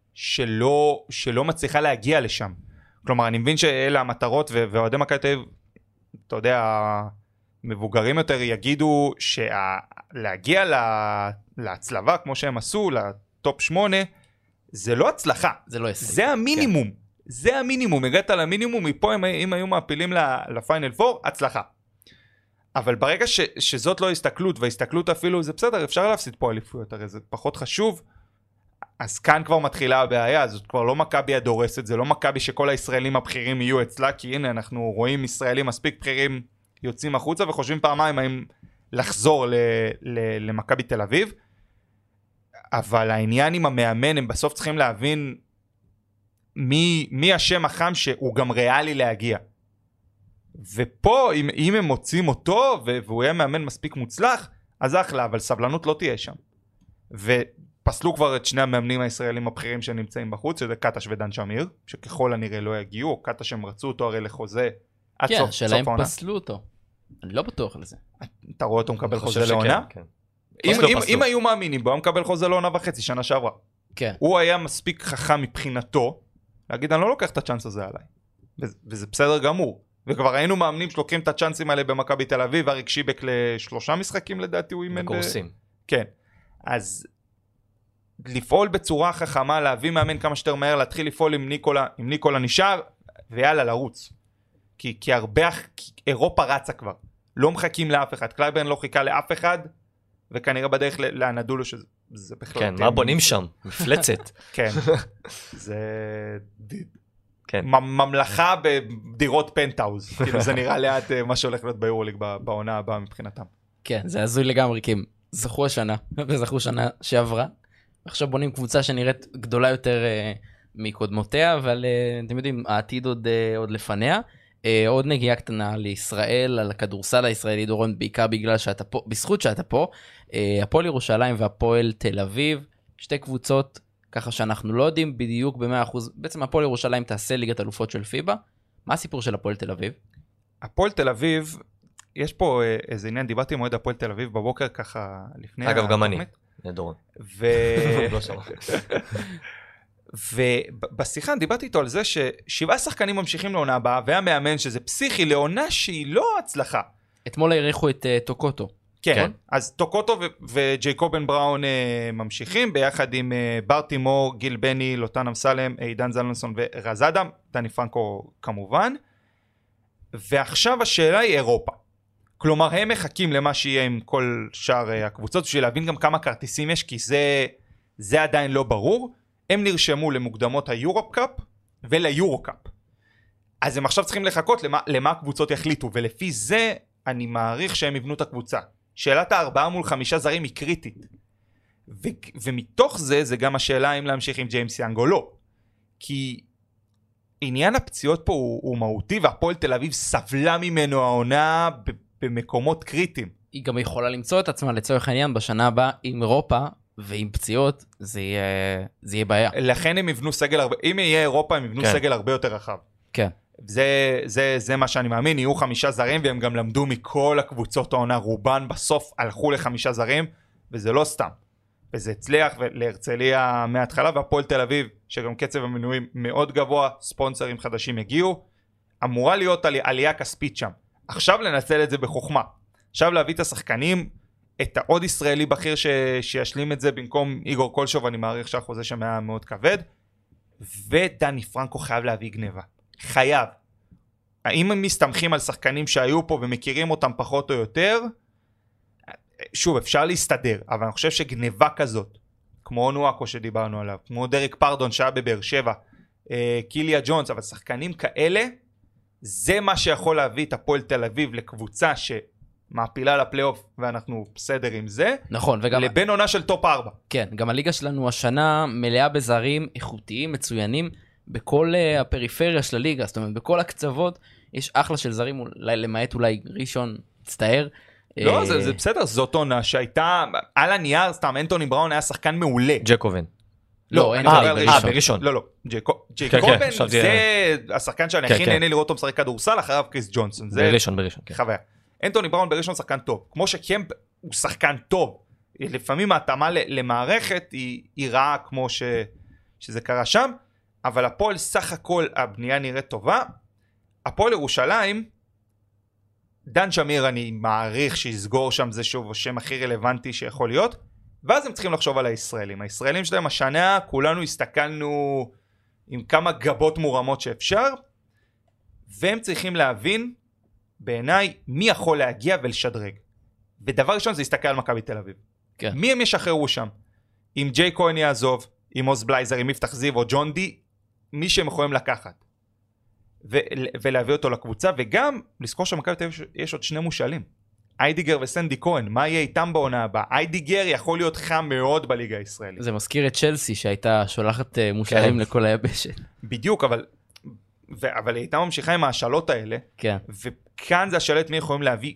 [SPEAKER 3] שלא מצליחה להגיע לשם. כלומר, אני מבין שאלה המטרות, ואוהדי מכבי תל אביב, אתה יודע, מבוגרים יותר יגידו שלהגיע להצלבה, כמו שהם עשו, לטופ 8, זה לא הצלחה.
[SPEAKER 1] זה לא הישג.
[SPEAKER 3] זה המינימום. זה המינימום. הגעת למינימום, מפה אם היו מעפילים לפיינל פור, הצלחה. אבל ברגע שזאת לא הסתכלות, וההסתכלות אפילו זה בסדר, אפשר להפסיד פה אליפויות, הרי זה פחות חשוב, אז כאן כבר מתחילה הבעיה, זאת כבר לא מכבי הדורסת, זה לא מכבי שכל הישראלים הבכירים יהיו אצלה, כי הנה אנחנו רואים ישראלים מספיק בכירים יוצאים החוצה, וחושבים פעמיים האם לחזור למכבי תל אביב, אבל העניין עם המאמן, הם בסוף צריכים להבין מי השם החם שהוא גם ריאלי להגיע. ופה אם הם מוצאים אותו והוא יהיה מאמן מספיק מוצלח, אז אחלה, אבל סבלנות לא תהיה שם. ופסלו כבר את שני המאמנים הישראלים הבכירים שנמצאים בחוץ, שזה קטש ודן שמיר, שככל הנראה לא יגיעו, קטש הם רצו אותו הרי לחוזה עד סוף העונה.
[SPEAKER 1] כן, שלהם פסלו אותו. אני לא בטוח לזה.
[SPEAKER 3] אתה רואה אותו מקבל חוזה לעונה?
[SPEAKER 2] כן.
[SPEAKER 3] אם היו מאמינים בו, הוא מקבל חוזה לעונה וחצי, שנה שעברה.
[SPEAKER 1] כן.
[SPEAKER 3] הוא היה מספיק חכם מבחינתו, להגיד אני לא לוקח את הצ'אנס הזה עליי. וזה בסדר גמור. וכבר היינו מאמנים שלוקחים את הצ'אנסים האלה במכבי תל אביב, אריק שיבק ל3 משחקים לדעתי הוא אימן.
[SPEAKER 2] וקורסים.
[SPEAKER 3] כן. אז לפעול בצורה חכמה, להביא מאמן כמה שיותר מהר, להתחיל לפעול עם ניקולה נשאר, ויאללה לרוץ. כי הרבה, אירופה רצה כבר. לא מחכים לאף אחד. קלייברן לא חיכה לאף אחד, וכנראה בדרך לאנדולו שזה בכלל...
[SPEAKER 2] כן, מה בונים שם? מפלצת.
[SPEAKER 3] כן. זה... ממלכה בדירות פנטהאוז, כאילו זה נראה לאט מה שהולך להיות ביורוליג בעונה הבאה מבחינתם.
[SPEAKER 1] כן, זה הזוי לגמרי, כי הם זכו השנה, וזכו שנה שעברה, עכשיו בונים קבוצה שנראית גדולה יותר מקודמותיה, אבל אתם יודעים, העתיד עוד לפניה. עוד נגיעה קטנה לישראל, על הכדורסל הישראלי, דורון, בעיקר בגלל שאתה פה, בזכות שאתה פה, הפועל ירושלים והפועל תל אביב, שתי קבוצות, ככה שאנחנו לא יודעים בדיוק ב100%, בעצם הפועל ירושלים תעשה ליגת אלופות של פיבה. מה הסיפור של הפועל תל אביב?
[SPEAKER 3] הפועל תל אביב, יש פה איזה עניין, דיברתי עם מועד הפועל תל אביב בבוקר ככה לפני...
[SPEAKER 2] אגב, גם אני, דורון. לא שמע.
[SPEAKER 3] ובשיחה דיברתי איתו על זה ש7 שחקנים ממשיכים לעונה הבאה, והמאמן שזה פסיכי לעונה שהיא לא הצלחה.
[SPEAKER 1] אתמול העריכו את טוקוטו.
[SPEAKER 3] כן, אז טוקוטו וג'ייקובן בראון ממשיכים, ביחד עם ברטימור, גיל בני, לוטן אמסלם, עידן זלנסון ורז אדם, דני פרנקו כמובן, ועכשיו השאלה היא אירופה. כלומר, הם מחכים למה שיהיה עם כל שאר הקבוצות, בשביל להבין גם כמה כרטיסים יש, כי זה עדיין לא ברור. הם נרשמו למוקדמות היורופ קאפ וליורו קאפ. אז הם עכשיו צריכים לחכות למה הקבוצות יחליטו, ולפי זה אני מעריך שהם יבנו את הקבוצה. שאלת 4 מול 5 זרים היא קריטית. ומתוך זה גם השאלה אם להמשיך עם ג'יימס יאנג או לא. כי עניין הפציעות פה הוא מהותי, והפועל תל אביב סבלה ממנו העונה במקומות קריטיים.
[SPEAKER 1] היא גם יכולה למצוא את עצמה לצורך העניין בשנה הבאה עם אירופה, ועם פציעות זה יהיה בעיה.
[SPEAKER 3] לכן הם יבנו סגל הרבה, אם יהיה אירופה הם יבנו סגל הרבה יותר רחב.
[SPEAKER 1] כן.
[SPEAKER 3] זה מה שאני מאמין, יהיו 5 זרים, והם גם למדו מכל הקבוצות העונה, רובן בסוף הלכו ל5 זרים, וזה לא סתם. וזה הצליח להרצליה מההתחלה, והפועל תל אביב, שגם קצב המנויים מאוד גבוה, ספונסרים חדשים הגיעו, אמורה להיות עלייה כספית שם. עכשיו לנצל את זה בחוכמה. עכשיו להביא את השחקנים, את העוד ישראלי בכיר שישלים את זה במקום איגור קולשוב, אני מעריך שהחוזה שם היה מאוד כבד, ודני פרנקו חייב להביא גניבה. חייב. האם הם מסתמכים על שחקנים שהיו פה ומכירים אותם פחות או יותר? שוב, אפשר להסתדר, אבל אני חושב שגניבה כזאת, כמו נואקו שדיברנו עליו, כמו דריק פרדון שהיה בבאר שבע, קיליה ג'ונס, אבל שחקנים כאלה, זה מה שיכול להביא את הפועל תל אביב לקבוצה שמעפילה לפלייאוף, ואנחנו בסדר עם זה.
[SPEAKER 1] נכון, וגם...
[SPEAKER 3] לבין עונה של טופ 4.
[SPEAKER 1] כן, גם הליגה שלנו השנה מלאה בזרים איכותיים, מצוינים, בכל הפריפריה של הליגה, זאת אומרת, בכל הקצוות, יש אחלה של זרים, למעט אולי ראשון, מצטער.
[SPEAKER 3] לא, זה בסדר, זאת עונה שהייתה, על הנייר, סתם, אנטוני בראון היה שחקן מעולה.
[SPEAKER 2] ג'קובן.
[SPEAKER 1] לא,
[SPEAKER 2] בראשון.
[SPEAKER 3] לא, ג'קובן זה השחקן שאני הכי נהנה לראות אותו משחק כדורסל, אחריו קריס ג'ונסון.
[SPEAKER 2] בראשון.
[SPEAKER 3] חוויה. אנטוני בראון בראשון שחקן טוב, כמו שקמפ הוא שחקן טוב, לפעמים ההתאמה למערכת היא רעה כמו שזה קרה שם, אבל הפועל סך הכל הבנייה נראית טובה. הפועל ירושלים, דן שמיר אני מעריך שיסגור שם, זה שוב השם הכי רלוונטי שיכול להיות, ואז הם צריכים לחשוב על הישראלים. הישראלים שלהם השנה כולנו הסתכלנו עם כמה גבות מורמות שאפשר, והם צריכים להבין בעיניי מי יכול להגיע ולשדרג. ודבר ראשון זה להסתכל על מכבי תל אביב.
[SPEAKER 1] כן.
[SPEAKER 3] מי הם ישחררו שם? אם ג'יי כהן יעזוב, עם עוז בלייזר, עם יפתח זיו או ג'ון די, מי שהם יכולים לקחת. ולהביא אותו לקבוצה, וגם לזכור שמכבי תל אביב יש עוד 2 מושאלים. איידיגר וסנדי כהן, מה יהיה איתם בעונה הבאה? איידיגר יכול להיות חם מאוד בליגה הישראלית.
[SPEAKER 1] זה מזכיר את צ'לסי שהייתה שולחת מושאלים לכל היבשת.
[SPEAKER 3] בדיוק, אבל איתם ממשיכה עם ההשאלות האלה,
[SPEAKER 1] כן.
[SPEAKER 3] וכאן זה השאלת מי יכולים להביא,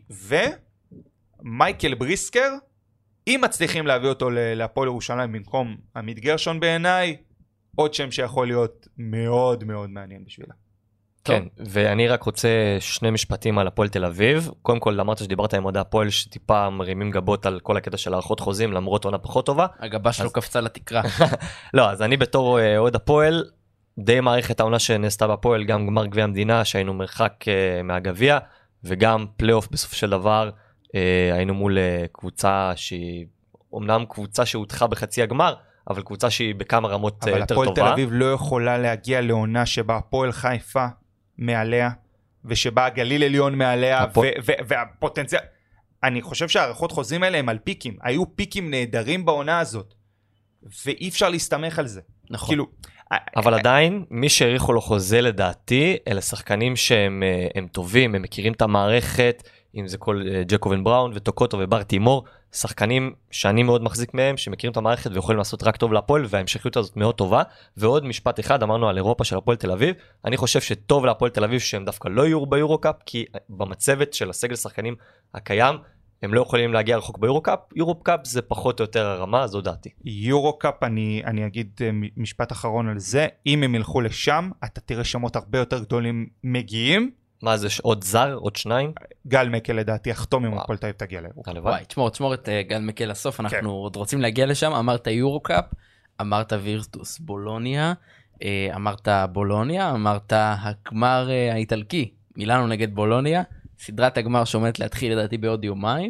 [SPEAKER 3] ומייקל בריסקר, אם מצליחים להביא אותו להפועל ירושלים במקום עמית גרשון בעיניי, עוד שם שיכול להיות מאוד מאוד מעניין בשבילה.
[SPEAKER 2] כן, ואני רק רוצה 2 משפטים על הפועל תל אביב. קודם כל, אמרת שדיברת עם עוד הפועל שטיפה מרימים גבות על כל הקטע של הערכות חוזים, למרות עונה פחות טובה.
[SPEAKER 1] הגבה שלו קפצה לתקרה.
[SPEAKER 2] לא, אז אני בתור עוד הפועל, די מעריך העונה שנעשתה בפועל, גם גמר גביע המדינה, שהיינו מרחק מהגביע, וגם פלייאוף בסוף של דבר, היינו מול קבוצה שהיא, אומנם קבוצה שהודחה בחצי הגמר, אבל קבוצה שהיא בכמה רמות יותר טובה.
[SPEAKER 3] אבל הפועל תל אביב לא יכולה להגיע לעונה שבה הפועל חיפה מעליה, ושבה הגליל עליון מעליה, והפוטנציאל... אני חושב שהערכות חוזים האלה הם על פיקים. היו פיקים נהדרים בעונה הזאת, ואי אפשר להסתמך על זה.
[SPEAKER 1] נכון.
[SPEAKER 3] כאילו...
[SPEAKER 2] אבל עדיין, מי שהעריכו לו חוזה לדעתי, אלה שחקנים שהם טובים, הם מכירים את המערכת, אם זה כל ג'קובן בראון וטוקוטו ובר תימור, שחקנים שאני מאוד מחזיק מהם, שמכירים את המערכת ויכולים לעשות רק טוב להפועל, וההמשכיות הזאת מאוד טובה. ועוד משפט אחד, אמרנו על אירופה של הפועל תל אביב, אני חושב שטוב להפועל תל אביב שהם דווקא לא יהיו ביורוקאפ, כי במצבת של הסגל שחקנים הקיים, הם לא יכולים להגיע רחוק ביורוקאפ. יורוקאפ זה פחות או יותר הרמה, זו דעתי.
[SPEAKER 3] יורוקאפ, אני אגיד משפט אחרון על זה, אם הם ילכו לשם, אתה תראה שמות הרבה יותר גדולים מגיעים.
[SPEAKER 2] מה זה, עוד זר, עוד 2?
[SPEAKER 3] גל מקל לדעתי יחתום אם הפועל תל אביב תגיע ליורוקאפ.
[SPEAKER 1] וואי, תשמור את גל מקל לסוף, אנחנו עוד רוצים להגיע לשם. אמרת יורוקאפ, אמרת וירטוס בולוניה, אמרת בולוניה, אמרת הגמר האיטלקי, מילאנו נגד בולוניה, סדרת הגמר שעומדת להתחיל לדעתי בעוד יומיים.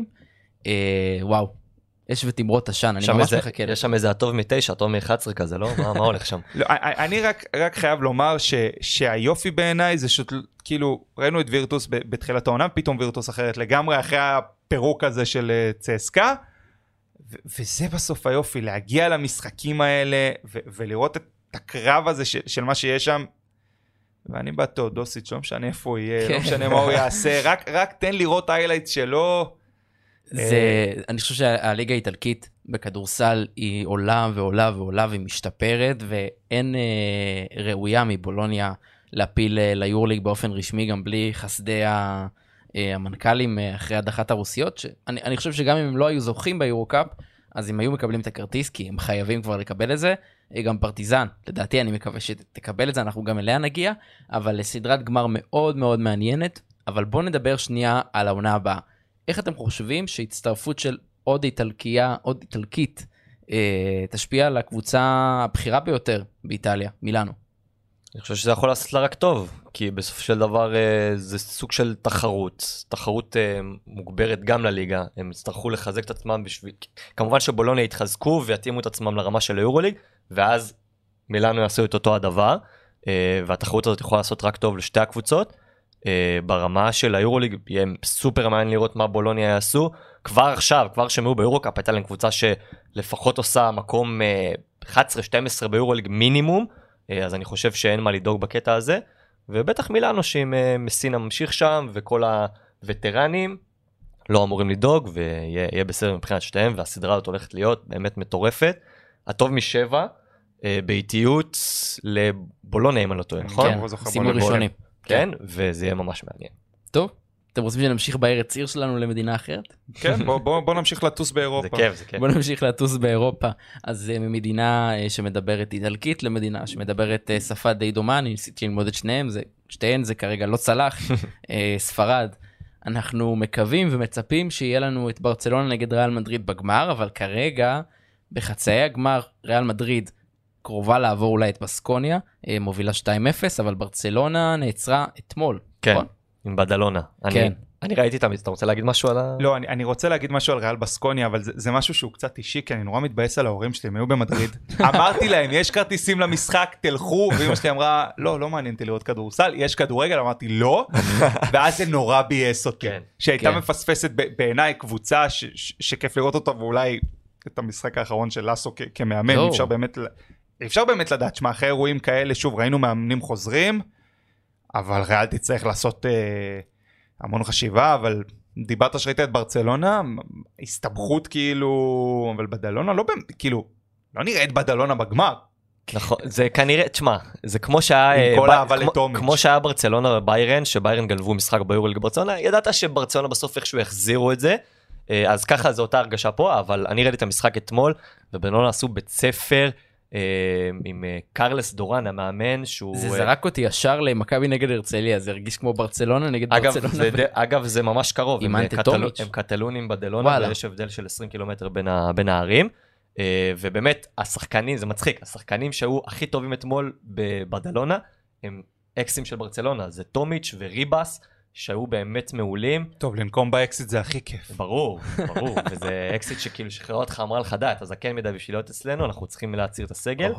[SPEAKER 1] וואו, אש ותמרות עשן, אני ממש מחכה.
[SPEAKER 2] יש שם איזה הטוב מ9, הטוב מ11 כזה, לא? מה הולך שם?
[SPEAKER 3] אני רק חייב לומר שהיופי בעיניי זה כאילו ראינו את וירטוס בתחילת העונה, פתאום וירטוס אחרת לגמרי אחרי הפירוק הזה של צסקה, וזה בסוף היופי, להגיע למשחקים האלה ולראות את הקרב הזה של מה שיש שם, ואני בתאודוסיץ', לא משנה איפה הוא יהיה, לא משנה מה הוא יעשה, רק תן לראות היילייטס שלו.
[SPEAKER 1] אני חושב שהליגה האיטלקית בכדורסל היא עולה ועולה ועולה ומשתפרת, ואין ראויה מבולוניה להפיל ליורליג באופן רשמי, גם בלי חסדי המנכ"לים אחרי הדחת הרוסיות, שאני חושב שגם אם הם לא היו זוכים ביורוקאפ, אז הם היו מקבלים את הכרטיס, כי הם חייבים כבר לקבל את זה, גם פרטיזן, לדעתי אני מקווה שתקבל את זה, אנחנו גם אליה נגיע, אבל סדרת גמר מאוד מאוד מעניינת, אבל בואו נדבר שנייה על העונה הבאה. איך אתם חושבים שהצטרפות של עוד איטלקית, תשפיע על הקבוצה הבכירה ביותר באיטליה, מילאנו?
[SPEAKER 2] אני חושב שזה יכול לעשות לה רק טוב, כי בסופו של דבר זה סוג של תחרות מוגברת גם לליגה, הם יצטרכו לחזק את עצמם בשביל, כמובן שבולוניה יתחזקו ויתאימו את עצמם לרמה של היורוליג, ואז מילאנו יעשו את אותו הדבר, והתחרות הזאת יכולה לעשות רק טוב לשתי הקבוצות, ברמה של היורוליג יהיה סופר מעניין לראות מה בולוניה יעשו, כבר עכשיו, כבר שהם היו ביורוקאפ, הייתה להם קבוצה שלפחות עושה מקום 11-12 ביורוליג מינימום, אז אני חושב שאין מה לדאוג בקטע הזה, ובטח מילאנו שאם מסינה ממשיך שם, וכל הווטרנים לא אמורים לדאוג, ויהיה בסדר מבחינת שתיהם, והסדרה הזאת הולכת להיות באמת מטורפת. הטוב משבע, באיטיות לבולוניה, אם אני לא טועה, נכון?
[SPEAKER 1] כן, שימו ראשונים.
[SPEAKER 2] כן, וזה יהיה ממש מעניין.
[SPEAKER 1] טוב, אתם רוצים שנמשיך בארץ עיר שלנו למדינה אחרת?
[SPEAKER 3] כן, בוא נמשיך לטוס באירופה.
[SPEAKER 2] זה כיף, זה כיף.
[SPEAKER 1] בוא נמשיך לטוס באירופה. אז ממדינה שמדברת איטלקית למדינה שמדברת שפה די דומה, אני ניסיתי ללמוד את שתיהן זה כרגע לא צלח, ספרד. אנחנו מקווים ומצפים שיהיה לנו את ברצלונה נגד ריאל מדריד בגמר, אבל כרגע בחצאי הגמר ריאל מדריד קרובה לעבור אולי את בסקוניה, מובילה 2-0, אבל ברצלונה נעצרה אתמול.
[SPEAKER 2] כן.
[SPEAKER 1] נכון?
[SPEAKER 2] עם בדלונה.
[SPEAKER 1] כן.
[SPEAKER 2] אני ראיתי תמיד, אתה רוצה להגיד משהו על ה...
[SPEAKER 3] לא, אני רוצה להגיד משהו על ריאל בסקוניה, אבל זה משהו שהוא קצת אישי, כי אני נורא מתבאס על ההורים שלי, הם היו במדריד. אמרתי להם, יש כרטיסים למשחק, תלכו, ואמא שלי אמרה, לא מעניין אותי לראות כדורסל, יש כדורגל, אמרתי, לא, ואז זה נורא בייס אותי. שהייתה מפספסת בעיניי קבוצה שכיף לראות אותה, ואולי את המשחק האחרון של לסו כמאמן, אפשר באמת לדעת, שמה אחרי אירועים כאלה, שוב, ראינו מאמנים חוזרים, אבל ריאל תצטרך לעשות המון חשיבה, אבל דיברת שראית את ברצלונה, הסתבכות כאילו, אבל בדלונה לא כאילו, לא נראית בדלונה בגמר.
[SPEAKER 2] נכון, זה כנראה, תשמע, זה כמו שהיה, כמו שהיה ברצלונה וביירן, שביירן גנבו משחק ביורוליג ברצלונה, ידעת שברצלונה בסוף איכשהו יחזירו את זה, אז ככה זה אותה הרגשה פה, אבל אני ראיתי את המשחק אתמול, ובנונה עשו בית ספר, עם קרלס דורן המאמן שהוא...
[SPEAKER 1] זה זרק אותי ישר למכבי נגד הרצליה, זה הרגיש כמו ברצלונה נגד ברצלונה.
[SPEAKER 2] אגב זה ממש קרוב,
[SPEAKER 1] עם אנטטומיץ'.
[SPEAKER 2] הם קטלונים בדלונה, ויש הבדל של 20 קילומטר בין הערים, ובאמת השחקנים, זה מצחיק, השחקנים שהיו הכי טובים אתמול בדלונה, הם אקסים של ברצלונה, זה טומיץ' וריבאס, שהיו באמת מעולים.
[SPEAKER 3] טוב, לנקום באקסיט זה הכי כיף.
[SPEAKER 2] ברור, וזה אקסיט שכאילו שחררה אותך, אמרה לך דעת, אז כן מדי בשביל להיות אצלנו, אנחנו צריכים להציר את הסגל.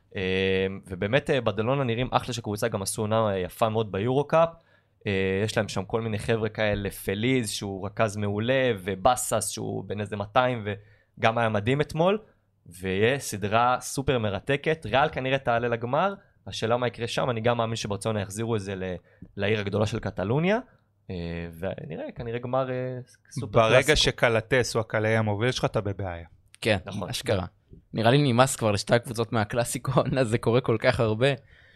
[SPEAKER 2] ובאמת בדלונה נראים אחלה שקבוצה, גם עשו עונה יפה מאוד ביורוקאפ, יש להם שם כל מיני חבר'ה כאלה, פליז שהוא רכז מעולה, ובאסס שהוא בין איזה 200, וגם היה מדהים אתמול, ויהיה סדרה סופר מרתקת, ריאל כנראה תעלה לגמר, השאלה מה יקרה שם, אני גם מאמין שברצלונה יחזירו את זה לעיר הגדולה של קטלוניה, ונראה, כנראה גמר סופר קלאסיקו.
[SPEAKER 3] ברגע שקלטס הוא הקלעי המוביל שלך, אתה בבעיה.
[SPEAKER 1] כן, אשכרה. נראה לי נמאס כבר לשתי הקבוצות מהקלאסיקו, זה קורה כל כך הרבה,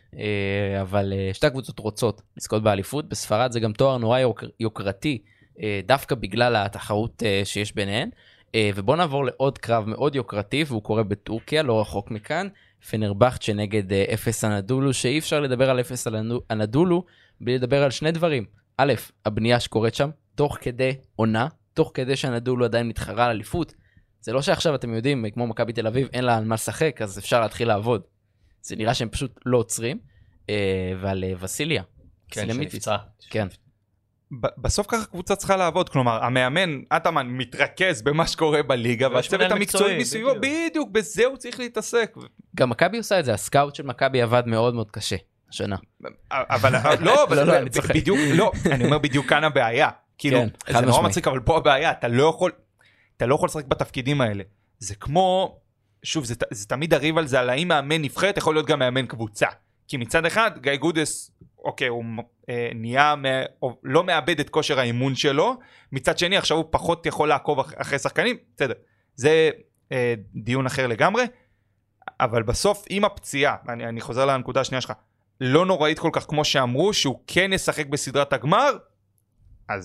[SPEAKER 1] אבל שתי הקבוצות רוצות לזכות באליפות, בספרד זה גם תואר נורא יוקרתי, דווקא בגלל התחרות שיש ביניהן, ובוא נעבור לעוד קרב מאוד יוקרתי, והוא קורה בטורקיה, לא רחוק מכאן, פנרבחצ'ה נגד אפס אנדולו, שאי אפשר לדבר על אפס אנדולו, בלי לדבר על שני דברים. א', הבנייה שקורית שם, תוך כדי עונה, תוך כדי שאנדולו עדיין מתחרה על אליפות. זה לא שעכשיו אתם יודעים, כמו מכבי תל אביב, אין לה על מה לשחק, אז אפשר להתחיל לעבוד. זה נראה שהם פשוט לא עוצרים, ועל וסיליה.
[SPEAKER 2] כן, שנפצע.
[SPEAKER 1] כן.
[SPEAKER 3] בסוף ככה קבוצה צריכה לעבוד, כלומר, המאמן, אטמן, מתרכז במה שקורה בליגה, והצוות המקצועי מסביבו, בדיוק, בזה הוא צריך להתעסק.
[SPEAKER 1] גם מכבי עושה את זה, הסקאוט של מכבי עבד מאוד מאוד קשה, השנה.
[SPEAKER 3] אבל, בדיוק, לא, אני אומר בדיוק כאן הבעיה. כאילו, זה נורא מצחיק, אבל פה הבעיה, אתה לא יכול לשחק בתפקידים האלה. זה כמו, שוב, זה תמיד הריב על זה, על האם מאמן נבחרת, יכול להיות גם מאמן קבוצה. כי מצד אחד, גיא גודס, אוקיי, הוא נהיה, לא מאבד את כושר האימון שלו, מצד שני, עכשיו הוא פחות יכול לעקוב אחרי שחקנים, בסדר, זה דיון אחר לגמרי, אבל בסוף, עם הפציעה, אני חוזר לנקודה השנייה שלך, לא נוראית כל כך כמו שאמרו, שהוא כן ישחק בסדרת הגמר, אז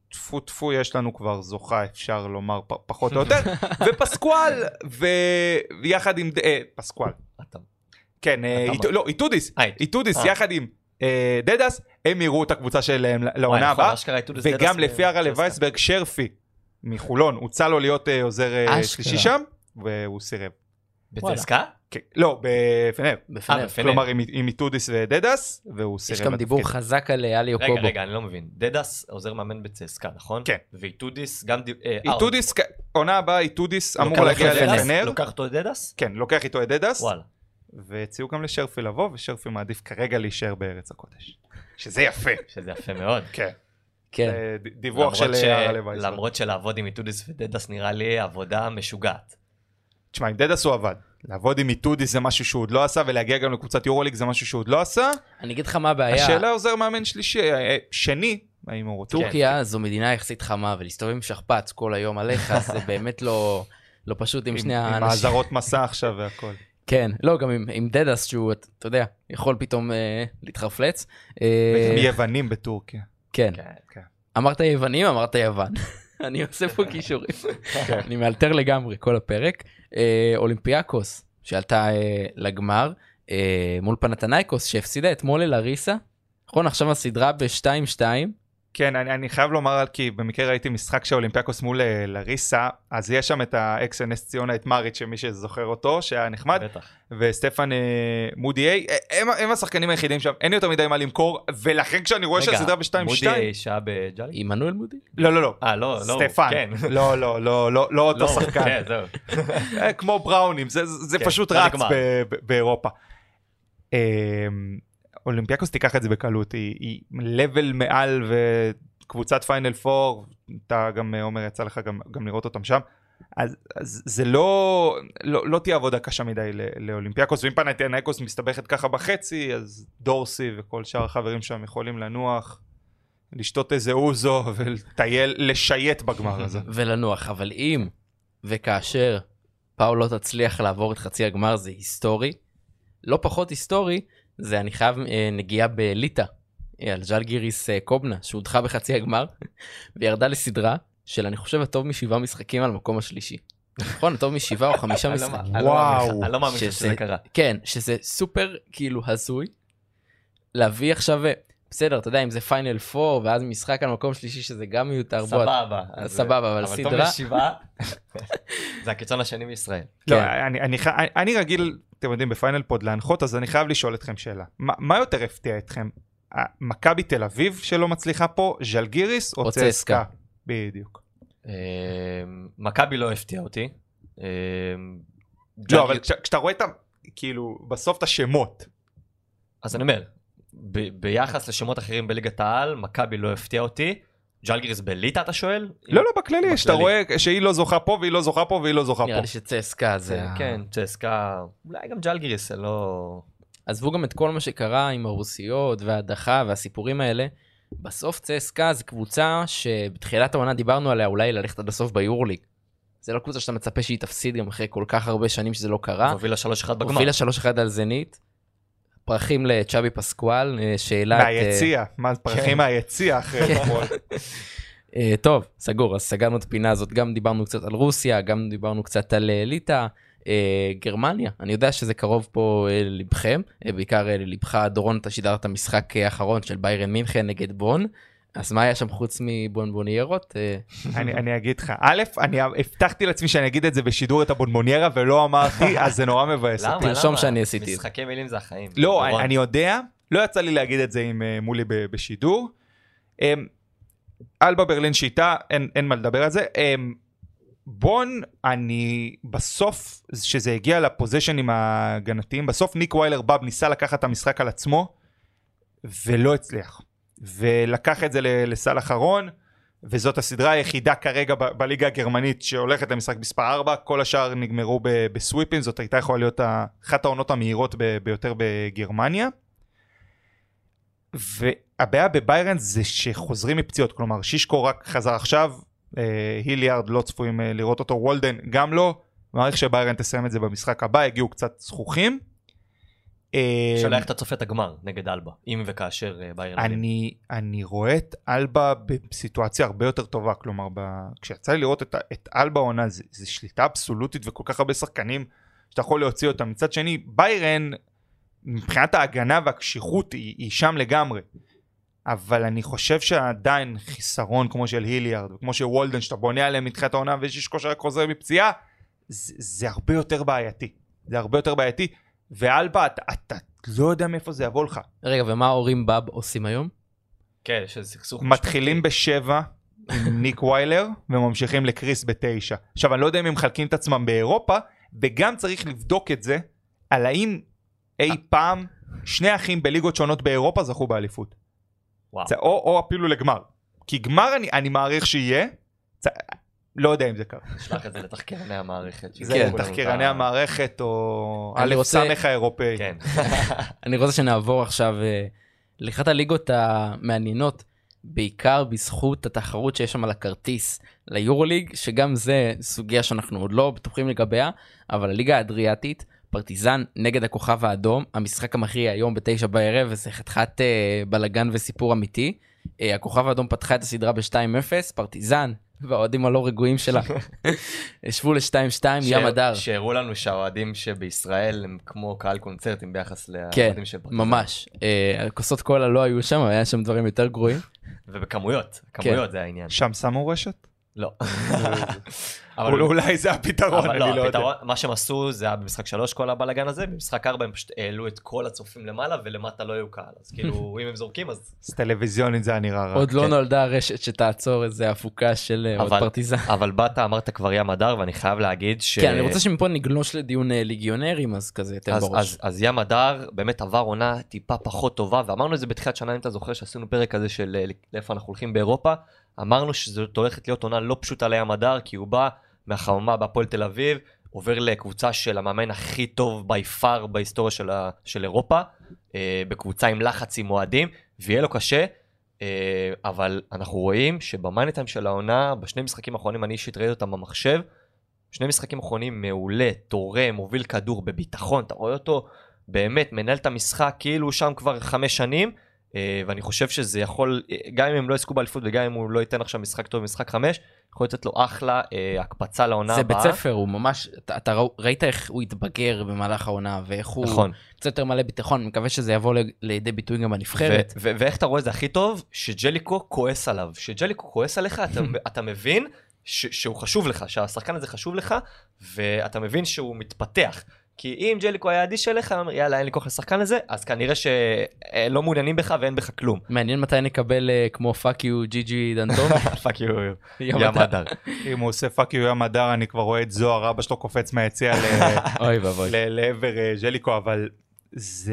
[SPEAKER 3] טפו טפו, יש לנו כבר זוכה, אפשר לומר פחות או יותר, ופסקואל, ויחד עם, פסקואל. כן, לא, איטודיס יחד עם דדס, הם יראו את הקבוצה שלהם לעונה הבאה, וגם לפי הרלה וייסברג, שרפי מחולון, הוצא לו להיות עוזר שלישי שם, והוא סירב.
[SPEAKER 2] בצסקה?
[SPEAKER 3] לא, בפנר. כלומר עם איטודיס ודדס, והוא סירב.
[SPEAKER 1] יש גם דיבור חזק על אליו קובו.
[SPEAKER 2] רגע, אני לא מבין. דדס עוזר מאמן בצסקה, נכון?
[SPEAKER 3] כן.
[SPEAKER 2] ואיטודיס גם...
[SPEAKER 3] איטודיס, עונה הבאה, איטודיס אמור להגיע לפנר.
[SPEAKER 2] לוקח אותו את דדס?
[SPEAKER 3] כן, לוקח איתו את דדס.
[SPEAKER 2] וואלה.
[SPEAKER 3] והציעו גם לשרפי לבוא, ושרפי מעדיף כרגע להישאר בארץ הקודש. שזה יפה.
[SPEAKER 2] שזה יפה מאוד.
[SPEAKER 3] כן.
[SPEAKER 1] כן.
[SPEAKER 3] דיווח של הרלה וייסברג.
[SPEAKER 2] למרות שלעבוד עם איטודיס ודדס נראה לי עבודה משוגעת.
[SPEAKER 3] תשמע, עם דדס הוא עבד. לעבוד עם איטודיס זה משהו שהוא עוד לא עשה, ולהגיע גם לקבוצת יורוליג זה משהו שהוא עוד לא עשה.
[SPEAKER 1] אני אגיד לך מה הבעיה.
[SPEAKER 3] השאלה עוזר מאמן שני, האם הוא רוצה.
[SPEAKER 1] טורקיה זו מדינה יחסית חמה, ולהסתובב עם שכפ"ץ כל היום עליך, זה באמת לא פשוט עם שני האנשים.
[SPEAKER 3] עם העזרות מסע עכשיו והכל.
[SPEAKER 1] כן, לא, גם עם דדס שהוא, אתה יודע, יכול פתאום להתחרפלץ.
[SPEAKER 3] וגם יוונים בטורקיה.
[SPEAKER 1] כן. אמרת יוונים, אמרת יוון. אני עושה פה קישורים. אני מאלתר לגמרי כל הפרק. אולימפיאקוס, שעלתה לגמר, מול פנתנייקוס, שהפסידה אתמול לריסה. נכון, עכשיו הסדרה ב-2-2.
[SPEAKER 3] כן, אני חייב לומר, כי במקרה ראיתי משחק של אולימפיאקוס מול לריסה, אז יש שם את האקס נס ציונה, את מאריץ' שמי שזוכר אותו, שהיה נחמד, וסטפן מודיי, הם השחקנים היחידים שם, אין יותר מדי מה למכור, ולכן כשאני רואה שהסדרה ב-2-2...
[SPEAKER 2] מודיי שהיה בג'אלי?
[SPEAKER 1] עמנואל מודיי?
[SPEAKER 3] לא.
[SPEAKER 2] לא.
[SPEAKER 3] סטפן. לא אותו שחקן.
[SPEAKER 2] כן, זהו.
[SPEAKER 3] כמו בראונים, זה פשוט רץ באירופה. אולימפיאקוס תיקח את זה בקלות, היא לבל מעל וקבוצת פיינל פור, אתה גם אומר יצא לך גם לראות אותם שם, אז זה לא תהיה עבודה קשה מדי לאולימפיאקוס, ואם פנתנייקוס מסתבכת ככה בחצי, אז דורסי וכל שאר החברים שם יכולים לנוח, לשתות איזה אוזו ולטייל, לשייט בגמר הזה.
[SPEAKER 1] ולנוח, אבל אם וכאשר פאול לא תצליח לעבור את חצי הגמר, זה היסטורי, לא פחות היסטורי, זה אני חייב נגיעה בליטה, על ז'לגיריס קובנה, שהודחה בחצי הגמר, וירדה לסדרה של אני חושב הטוב מ7 משחקים על המקום השלישי. נכון, הטוב מ7 או 5 משחקים.
[SPEAKER 3] וואו.
[SPEAKER 2] אני לא מאמין שזה קרה.
[SPEAKER 1] כן, שזה סופר כאילו הזוי, להביא עכשיו, בסדר, אתה יודע, אם זה פיינל 4, ואז משחק על מקום שלישי, שזה גם מיותר. סבבה, אבל סדרה.
[SPEAKER 2] אבל טוב ל7, זה הקיצון השני מישראל.
[SPEAKER 3] לא, אני רגיל, אתם יודעים, בפיינל פוד להנחות, אז אני חייב לשאול אתכם שאלה. מה יותר הפתיע אתכם? מכבי תל אביב שלא מצליחה פה, ז'לגיריס או צסקה? בדיוק.
[SPEAKER 2] מכבי לא הפתיע אותי.
[SPEAKER 3] לא, אבל כשאתה רואה את, כאילו, בסוף את השמות.
[SPEAKER 2] אז אני אומר, ביחס לשמות אחרים בליגת העל, מכבי לא הפתיע אותי. ז'לגיריס בליטה אתה שואל?
[SPEAKER 3] לא, בכללי, שאתה רואה שהיא לא זוכה פה, והיא לא זוכה פה, והיא לא זוכה פה.
[SPEAKER 1] נראה לי שצסקה זה...
[SPEAKER 2] כן, צסקה, אולי גם ז'לגיריס, לא...
[SPEAKER 1] עזבו גם את כל מה שקרה עם הרוסיות וההדחה והסיפורים האלה. בסוף צסקה זה קבוצה שבתחילת העונה דיברנו עליה, אולי ללכת עד הסוף ביורוליג. זה לא קבוצה שאתה מצפה שהיא תפסיד גם אחרי כל כך הרבה שנים שזה לא קרה.
[SPEAKER 2] הובילה 3-1 בגמר.
[SPEAKER 1] הובילה 3-1 על זנית. פרחים לצ'אבי פסקואל, שאלה...
[SPEAKER 3] מהיציע, מה פרחים מהיציע אחרי אתמול.
[SPEAKER 1] טוב, סגור, אז סגרנו את הפינה הזאת, גם דיברנו קצת על רוסיה, גם דיברנו קצת על ליטא, גרמניה, אני יודע שזה קרוב פה לבכם, בעיקר לבך דורון, אתה שידרת המשחק האחרון של ביירן מינכן נגד בון, אז מה היה שם חוץ מבונבוניירות?
[SPEAKER 3] אני אגיד לך, א', אני הבטחתי לעצמי שאני אגיד את זה בשידור את הבונבוניירה ולא אמרתי, אז זה נורא מבאס.
[SPEAKER 1] תרשום שאני עשיתי.
[SPEAKER 2] משחקי מילים זה החיים.
[SPEAKER 3] לא, אני יודע, לא יצא לי להגיד את זה מולי בשידור. אלבה ברלין שיטה, אין מה לדבר על זה. בון, אני בסוף, שזה הגיע לפוזישנים ההגנתיים, בסוף ניק ויילר בב ניסה לקחת את המשחק על עצמו, ולא הצליח. ולקח את זה לסל אחרון, וזאת הסדרה היחידה כרגע בליגה הגרמנית שהולכת למשחק מספר 4, כל השאר נגמרו בסוויפים, זאת הייתה יכולה להיות אחת העונות המהירות ביותר בגרמניה. והבעיה בביירן זה שחוזרים מפציעות, כלומר שישקו רק חזר עכשיו, היליארד לא צפויים לראות אותו, וולדן גם לא, מעריך שביירן תסיים את זה במשחק הבא, הגיעו קצת זכוכים,
[SPEAKER 2] שאלה איך אתה צופה את הגמר נגד אלבה, אם וכאשר ביירן.
[SPEAKER 3] אני רואה את אלבה בסיטואציה הרבה יותר טובה, כלומר, כשיצא לי לראות את אלבה עונה, זה שליטה אבסולוטית וכל כך הרבה שחקנים שאתה יכול להוציא אותם. מצד שני, ביירן, מבחינת ההגנה והקשיחות, היא שם לגמרי. אבל אני חושב שעדיין חיסרון כמו של היליארד, וכמו של וולדן, שאתה בונה עליהם מתחילת העונה, ויש כושר חוזר מפציעה, זה הרבה יותר בעייתי. זה הרבה יותר בעייתי. ואלבה, אתה לא יודע מאיפה זה יבוא לך.
[SPEAKER 1] רגע, ומה ההורים בב עושים היום?
[SPEAKER 2] כן, יש איזה סכסוך.
[SPEAKER 3] מתחילים ב7 עם ניק ויילר, וממשיכים לקריס ב9. עכשיו, אני לא יודע אם הם מחלקים את עצמם באירופה, וגם צריך לבדוק את זה, על האם אי פעם שני אחים בליגות שונות באירופה זכו באליפות. או אפילו לגמר. כי גמר אני מעריך שיהיה, לא יודע אם זה קרה.
[SPEAKER 2] נשלח את זה לתחקירני המערכת.
[SPEAKER 3] זה תחקירני המערכת, או א' סמך האירופאי.
[SPEAKER 1] אני רוצה שנעבור עכשיו לאחת הליגות המעניינות, בעיקר בזכות התחרות שיש שם על הכרטיס ליורוליג, שגם זה סוגיה שאנחנו עוד לא בטוחים לגביה, אבל הליגה האדריאטית, פרטיזן נגד הכוכב האדום, המשחק המכריע היום ב9 בערב, וזה חתיכת בלגן וסיפור אמיתי. הכוכב האדום פתחה את הסדרה ב2-0, פרטיזן והאוהדים הלא רגועים שלה ישבו ל2-2, ים הדר.
[SPEAKER 2] שהראו לנו שהאוהדים שבישראל הם כמו קהל קונצרטים ביחס לאוהדים של פרטיזן.
[SPEAKER 1] כן, ממש. הכוסות קולה לא היו שם, היה שם דברים יותר גרועים.
[SPEAKER 2] ובכמויות, כמויות זה העניין.
[SPEAKER 3] שם שמו רשת?
[SPEAKER 2] לא.
[SPEAKER 3] אולי זה הפתרון, אני לא יודע.
[SPEAKER 2] מה שהם עשו זה היה במשחק 3 כל הבלגן הזה, במשחק 4 הם פשוט העלו את כל הצופים למעלה ולמטה לא היו קהל, אז כאילו אם הם זורקים אז...
[SPEAKER 3] טלוויזיונית זה נראה רע.
[SPEAKER 1] עוד לא נולדה הרשת שתעצור איזה הפוקה של עוד פרטיזן.
[SPEAKER 2] אבל באת אמרת כבר ים הדר ואני חייב להגיד ש...
[SPEAKER 1] כן, אני רוצה שמפה נגלוש לדיון ליגיונרים, אז כזה תן בראש.
[SPEAKER 2] אז ים הדר באמת עבר עונה טיפה פחות טובה, ואמרנו את זה בתחילת שנה, אם אתה זוכר שעשינו פרק כזה של לאיפה אנחנו הולכים באירופה, אמרנו שזאת הולכת להיות עונה לא פשוטה לים הדר, כי הוא בא מהחממה בהפועל תל אביב, עובר לקבוצה של המאמן הכי טוב בי פאר בהיסטוריה של אירופה, בקבוצה עם לחץ עם אוהדים, ויהיה לו קשה, אבל אנחנו רואים שבמאניטיים של העונה, בשני משחקים האחרונים, אני אישית ראיתי אותם במחשב, שני משחקים אחרונים מעולה, תורם, מוביל כדור בביטחון, אתה רואה אותו באמת מנהל את המשחק כאילו הוא שם כבר 5 שנים, ואני חושב שזה יכול, גם אם הם לא יסקו באליפות וגם אם הוא לא ייתן עכשיו משחק טוב במשחק 5, יכול לתת לו אחלה הקפצה לעונה הבאה.
[SPEAKER 1] זה בית ספר, הוא ממש, אתה ראית איך הוא התבגר במהלך העונה, ואיך הוא קצת יותר מלא ביטחון, אני מקווה שזה יבוא לידי ביטוי גם בנבחרת.
[SPEAKER 2] ואיך אתה רואה זה הכי טוב? שג'ליקו כועס עליו. שג'ליקו כועס עליך, אתה מבין שהוא חשוב לך, שהשחקן הזה חשוב לך, ואתה מבין שהוא מתפתח. כי אם ג'ליקו היה אדיש אליך, יאללה, אין לי כוח לשחקן הזה, אז כנראה שלא מעוניינים בך ואין בך כלום.
[SPEAKER 1] מעניין מתי נקבל כמו פאק יו ג'י ג'י דנטון.
[SPEAKER 2] פאק יו ים הדר.
[SPEAKER 3] אם הוא עושה פאק יו ים הדר, אני כבר רואה את זוהר, אבא שלו קופץ מהיציע לעבר ג'ליקו, אבל זה...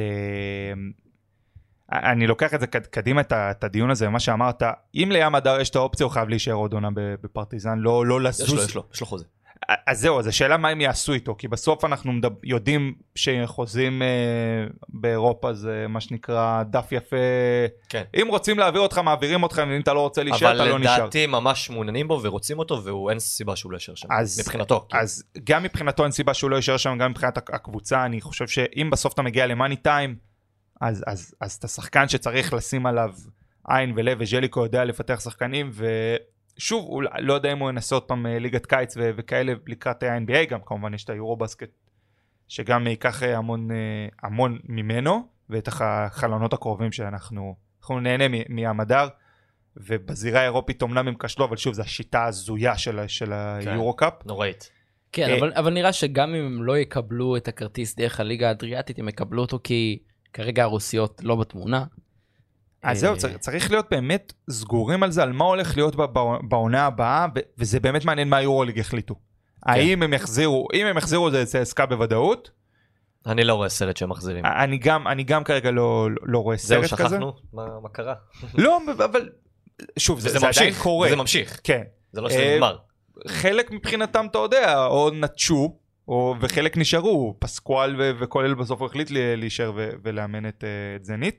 [SPEAKER 3] אני לוקח את זה קדימה את הדיון הזה, מה שאמרת, אם לים הדר יש את האופציה, הוא חייב להישאר עוד עונה בפרטיזן, לא לזוז.
[SPEAKER 2] יש לו חוזה.
[SPEAKER 3] אז זהו, אז השאלה מה הם יעשו איתו, כי בסוף אנחנו יודעים שחוזים באירופה זה מה שנקרא דף יפה,
[SPEAKER 2] כן.
[SPEAKER 3] אם רוצים להעביר אותך, מעבירים אותך, אם אתה לא רוצה להישאר, אתה לא נשאר.
[SPEAKER 2] אבל לדעתי ממש מעוניינים בו ורוצים אותו, ואין סיבה שהוא לא יישאר שם, מבחינתו.
[SPEAKER 3] אז גם מבחינתו אין סיבה שהוא לא יישאר שם, גם מבחינת הקבוצה, אני חושב שאם בסוף אתה מגיע למאני טיים, אז אתה שחקן שצריך לשים עליו עין ולב, וג'ליקו יודע לפתח שחקנים, שוב, הוא לא יודע אם הוא ינסה עוד פעם ליגת קיץ וכאלה לקראת ה-NBA, גם כמובן יש את היורובסקט, שגם ייקח המון ממנו, ואת החלונות הקרובים שאנחנו נהנה מים הדר, ובזירה האירופית אומנם הם כשלו, אבל שוב, זו השיטה הזויה של היורוקאפ.
[SPEAKER 2] נוראית.
[SPEAKER 1] כן, אבל נראה שגם אם הם לא יקבלו את הכרטיס דרך הליגה האדריאטית, הם יקבלו אותו כי כרגע הרוסיות לא בתמונה.
[SPEAKER 3] אז זהו, צריך להיות באמת סגורים על זה, על מה הולך להיות בעונה הבאה, וזה באמת מעניין מה היורוליג החליטו. האם הם יחזירו, אם הם יחזירו זה עסקה בוודאות.
[SPEAKER 2] אני לא רואה סרט שהם מחזירים.
[SPEAKER 3] אני גם כרגע לא רואה סרט כזה.
[SPEAKER 2] זהו, שכחנו? מה קרה?
[SPEAKER 3] לא, אבל שוב, זה עדיין קורה.
[SPEAKER 2] זה ממשיך.
[SPEAKER 3] כן.
[SPEAKER 2] זה לא שזה נגמר.
[SPEAKER 3] חלק מבחינתם, אתה יודע, או נטשו, וחלק נשארו, פסקואל וכל אלה בסוף החליט להישאר ולאמן את זנית.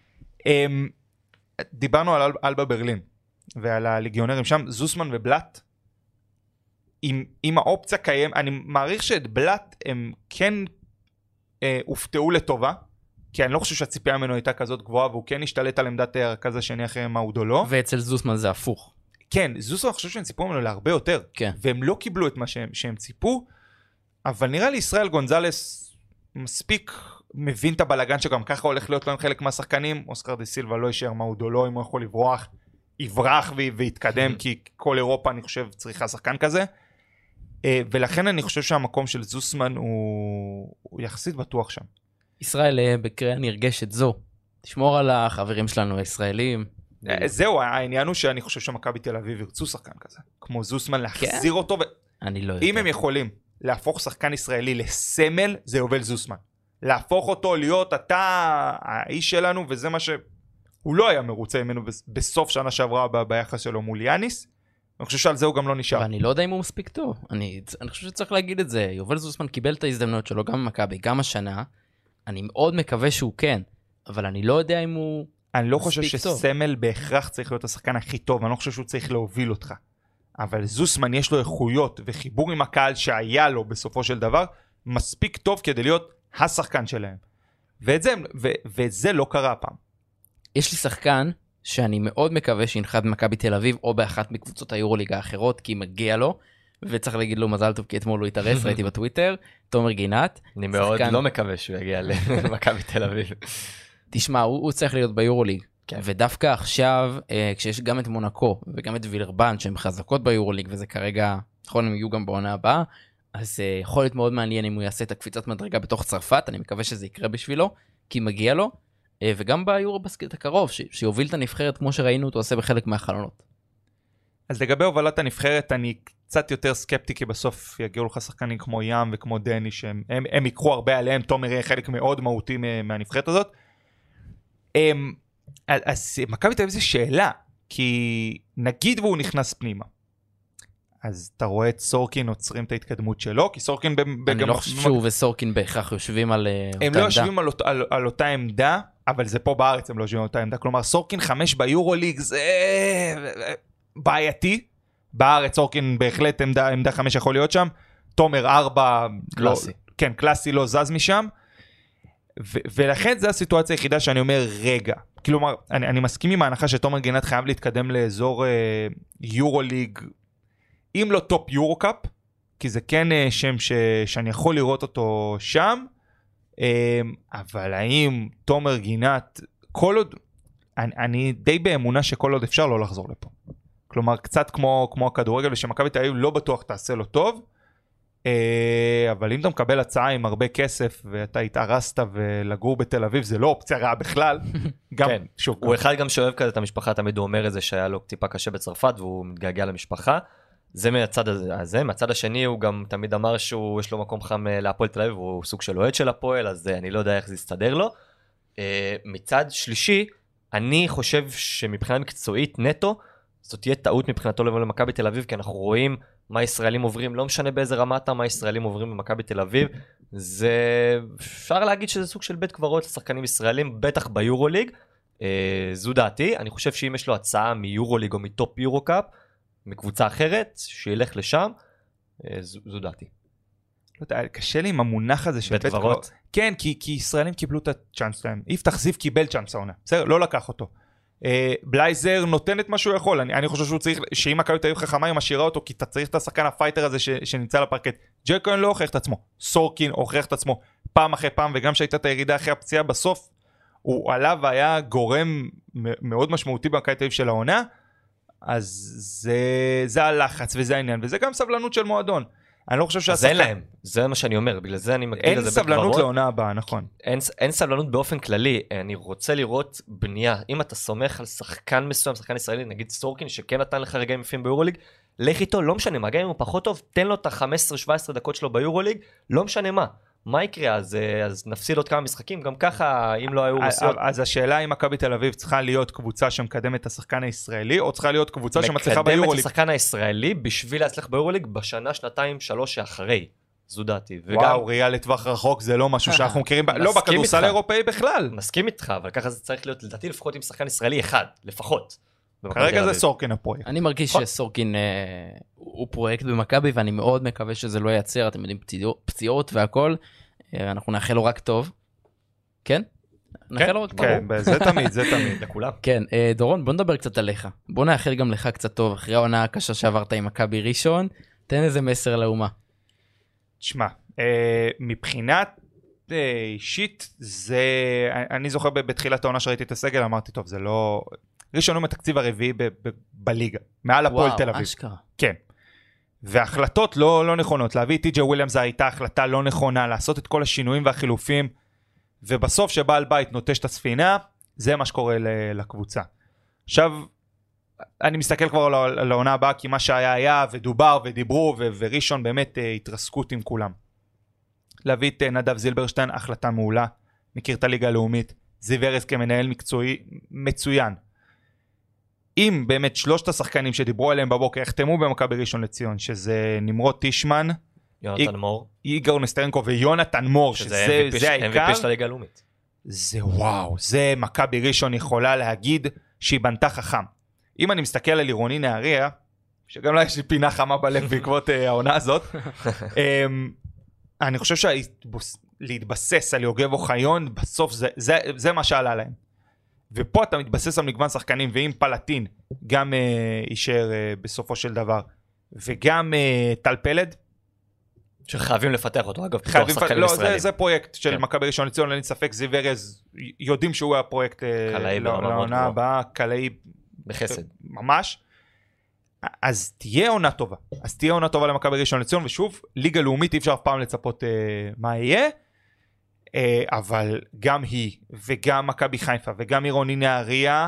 [SPEAKER 3] דיברנו על אלבה ברלין ועל הליגיונרים שם, זוסמן ובלט, עם האופציה קיים, אני מעריך שאת בלט הם כן הופתעו לטובה, כי אני לא חושב שהציפייה ממנו הייתה כזאת גבוהה, והוא כן השתלט על עמדת הרכז השני אחרי מאודולו.
[SPEAKER 1] ואצל זוסמן זה הפוך.
[SPEAKER 3] כן, זוסמן אני חושב שהם ציפו ממנו להרבה יותר.
[SPEAKER 1] כן.
[SPEAKER 3] והם לא קיבלו את מה שהם ציפו, אבל נראה לי ישראל גונזלס מספיק מבין את הבלגן שגם ככה הולך להיות להם חלק מהשחקנים. אוסקר דה סילבה לא יישאר מאודולו, אם הוא יכול לברוח, יברח ויתקדם, כי כל אירופה אני חושב צריכה שחקן כזה. ולכן אני חושב שהמקום של זוסמן הוא יחסית בטוח שם.
[SPEAKER 1] ישראל, בקריאה נרגשת זו, תשמור על החברים שלנו הישראלים.
[SPEAKER 3] זהו, העניין הוא שאני חושב שמכבי תל אביב ירצו שחקן כזה, כמו זוסמן, להחזיר אותו,
[SPEAKER 1] אני לא יודע.
[SPEAKER 3] אם הם יכולים להפוך שחקן ישראלי לסמל, זה יובל זוסמן. להפוך אותו להיות אתה האיש שלנו, וזה מה שהוא לא היה מרוצה ממנו בסוף שנה שעברה ביחס שלו מול יאניס. אני חושב שעל זה הוא גם לא נשאר.
[SPEAKER 1] ואני לא יודע אם הוא מספיק טוב. אני חושב שצריך להגיד את זה. יובל זוסמן קיבל את ההזדמנות שלו גם במכבי, גם השנה. אני מאוד מקווה שהוא כן, אבל אני לא יודע אם הוא
[SPEAKER 3] אני לא חושב שסמל בהכרח צריך להיות השחקן הכי טוב, אני לא חושב שהוא צריך להוביל אותך. אבל זוסמן יש לו איכויות וחיבור עם הקהל שהיה לו בסופו של דבר, מספיק טוב כדי להיות השחקן שלהם. ואת זה לא קרה הפעם.
[SPEAKER 1] יש לי שחקן שאני מאוד מקווה שינחת במכבי תל אביב, או באחת מקבוצות היורוליגה האחרות, כי מגיע לו, וצריך להגיד לו מזל טוב, כי אתמול הוא התארס, ראיתי בטוויטר, תומר גינת.
[SPEAKER 2] אני מאוד לא מקווה שהוא יגיע למכבי תל אביב.
[SPEAKER 1] תשמע, הוא צריך להיות ביורוליג, ודווקא עכשיו, כשיש גם את מונקו, וגם את וילרבן, שהן חזקות ביורוליג, וזה כרגע, נכון, הם יהיו גם בעונה הבאה, אז יכול להיות מאוד מעניין אם הוא יעשה את הקפיצת מדרגה בתוך צרפת, אני מקווה שזה יקרה בשבילו, כי מגיע לו, וגם ביורובסקט הקרוב, שיוביל את הנבחרת כמו שראינו אותו עושה בחלק מהחלונות.
[SPEAKER 3] אז לגבי הובלת הנבחרת, אני קצת יותר סקפטי, כי בסוף יגיעו לך שחקנים כמו ים וכמו דני, שהם יקחו הרבה עליהם, תומר יהיה חלק מאוד מהותי מהנבחרת הזאת. אז מכבי תל אביב זו שאלה, כי נגיד והוא נכנס פנימה, אז אתה רואה את סורקין עוצרים את ההתקדמות שלו, כי סורקין
[SPEAKER 1] אני לא חושב שהוא וסורקין בהכרח יושבים על אותה עמדה.
[SPEAKER 3] הם לא יושבים על אותה עמדה, אבל זה פה בארץ הם לא יושבים על אותה עמדה, כלומר סורקין 5 ביורוליג זה בעייתי, בארץ סורקין בהחלט עמדה 5 יכול להיות שם, תומר 4
[SPEAKER 1] קלאסי.
[SPEAKER 3] כן, קלאסי לא זז משם, ולכן זו הסיטואציה היחידה שאני אומר רגע, כלומר אני מסכים עם ההנחה שתומר גינת חייב להתקדם לאזור יורוליג, אם לא טופ יורו-קאפ, כי זה כן שם שאני יכול לראות אותו שם, אבל האם תומר גינת, כל עוד, אני די באמונה שכל עוד אפשר לא לחזור לפה. כלומר, קצת כמו הכדורגל, ושמכבי תל אביב לא בטוח תעשה לו טוב, אבל אם אתה מקבל הצעה עם הרבה כסף, ואתה התארסת ולגור בתל אביב, זה לא אופציה רעה בכלל. גם,
[SPEAKER 2] כן,
[SPEAKER 3] שוב,
[SPEAKER 2] הוא אחד גם שאוהב כזה את המשפחה, תמיד הוא אומר את זה שהיה לו טיפה קשה בצרפת, והוא מתגעגע למשפחה. זה מהצד הזה, מהצד השני הוא גם תמיד אמר שיש לו מקום חם להפועל תל אביב, הוא סוג של אוהד של הפועל, אז אני לא יודע איך זה יסתדר לו. מצד שלישי, אני חושב שמבחינה מקצועית נטו, זאת תהיה טעות מבחינתו לבוא למכבי תל אביב, כי אנחנו רואים מה ישראלים עוברים, לא משנה באיזה רמת מה ישראלים עוברים במכבי תל אביב, זה אפשר להגיד שזה סוג של בית קברות לשחקנים ישראלים, בטח ביורוליג, זו דעתי, אני חושב שאם יש לו הצעה מיורוליג או מטופ יורו-קאפ, מקבוצה אחרת, שילך לשם, זו דעתי.
[SPEAKER 3] לא יודע, קשה לי עם המונח הזה של
[SPEAKER 2] בית קברות.
[SPEAKER 3] כן, כי ישראלים קיבלו את הצ'אנס להם. יפתח זיו קיבל צ'אנס העונה. בסדר, לא לקח אותו. בלייזר נותן את מה שהוא יכול. אני חושב שהוא צריך, שאם מכבי תל אביב חכמה, היא משאירה אותו, כי אתה צריך את השחקן הפייטר הזה שנמצא לפרקט. ג'קון לא הוכיח את עצמו. סורקין הוכיח את עצמו פעם אחרי פעם, וגם שהייתה את הירידה אחרי הפציעה, בסוף הוא עלה והיה גורם מאוד משמעותי במכבי תל אביב של העונה. אז זה הלחץ וזה העניין, וזה גם סבלנות של מועדון. אני לא חושב שהשחקן...
[SPEAKER 2] אז אין להם, זה מה שאני אומר, בגלל זה אני מגדיל את זה
[SPEAKER 3] אין סבלנות לעונה הבאה, נכון.
[SPEAKER 2] אין סבלנות באופן כללי, אני רוצה לראות בנייה, אם אתה סומך על שחקן מסוים, שחקן ישראלי, נגיד סטורקין, שכן נתן לך רגעים יפים ביורוליג, לך איתו, לא משנה מה, גם אם הוא פחות טוב, תן לו את ה-15-17 דקות שלו ביורוליג, לא משנה מה יקרה, אז נפסיד עוד כמה משחקים, גם ככה, אם לא היו רוסיות.
[SPEAKER 3] אז השאלה אם מכבי תל אביב צריכה להיות קבוצה שמקדמת את השחקן הישראלי, או צריכה להיות קבוצה שמצליחה ביורוליג?
[SPEAKER 2] מקדמת את השחקן הישראלי בשביל להצליח ביורוליג בשנה, שנתיים, 3 שאחרי. זו דעתי.
[SPEAKER 3] וואו, ראייה לטווח רחוק זה לא משהו שאנחנו מכירים, לא בכדורסל האירופאי בכלל.
[SPEAKER 2] מסכים איתך, אבל ככה זה צריך להיות, לדעתי לפחות עם שחקן ישראלי אחד, לפחות.
[SPEAKER 3] כרגע זה סורקין הפרויקט.
[SPEAKER 1] אני מרגיש שסורקין הוא פרויקט במכבי, ואני מאוד מקווה שזה לא ייצר, אתם יודעים, פציעות והכל. אנחנו נאחל לו רק טוב. כן? נאחל לו רק טוב.
[SPEAKER 3] כן, זה תמיד, זה תמיד.
[SPEAKER 2] לכולם.
[SPEAKER 1] כן, דורון, בוא נדבר קצת עליך. בוא נאחל גם לך קצת טוב, אחרי העונה הקשה שעברת עם מכבי ראשון, תן איזה מסר לאומה.
[SPEAKER 3] תשמע, מבחינת אישית, אני זוכר בתחילת העונה שראיתי את הסגל, אמרתי, טוב, זה לא... ראשון הוא מתקציב הרביעי בליגה, מעל הפועל תל אביב.
[SPEAKER 1] וואו, אשכרה.
[SPEAKER 3] כן. והחלטות לא נכונות, להביא את טי.ג'יי וויליאמס הייתה החלטה לא נכונה, לעשות את כל השינויים והחילופים, ובסוף שבעל בית נוטש את הספינה, זה מה שקורה לקבוצה. עכשיו, אני מסתכל כבר על העונה הבאה, כי מה שהיה היה, ודובר ודיברו, וראשון באמת התרסקות עם כולם. להביא את נדב זילברשטיין, החלטה מעולה, מכיר את הליגה הלאומית, זיו ארז כמנהל מקצועי מצוין. אם באמת שלושת השחקנים שדיברו עליהם בבוקר, החתמו במכבי ראשון לציון, שזה נמרוד טישמן,
[SPEAKER 2] יונתן מור,
[SPEAKER 3] איגור נסטרנקו ויונתן מור, שזה העיקר.
[SPEAKER 2] MVP של הליגה הלאומית.
[SPEAKER 3] זה וואו, זה מכבי ראשון יכולה להגיד שהיא בנתה חכם. אם אני מסתכל על עירוני נהריה, שגם לה יש לי פינה חמה בלב בעקבות העונה הזאת, אני חושב שלהתבסס על יוגב אוחיון, בסוף זה מה שעלה להם. ופה אתה מתבסס על מגוון שחקנים, ואם פלטין גם יישאר בסופו של דבר, וגם טל פלד,
[SPEAKER 2] שחייבים לפתח אותו, אגב, פיתוח שחקנים ישראלים.
[SPEAKER 3] זה פרויקט של מכבי ראשון לציון, אין ספק, זיו ארז, יודעים שהוא הפרויקט לעונה הבאה, קלעי
[SPEAKER 2] בחסד.
[SPEAKER 3] ממש. אז תהיה עונה טובה. אז תהיה עונה טובה למכבי ראשון לציון, ושוב, ליגה לאומית אי אפשר אף פעם לצפות מה יהיה, אבל גם היא, וגם מכבי חיפה, וגם עירוני נהריה,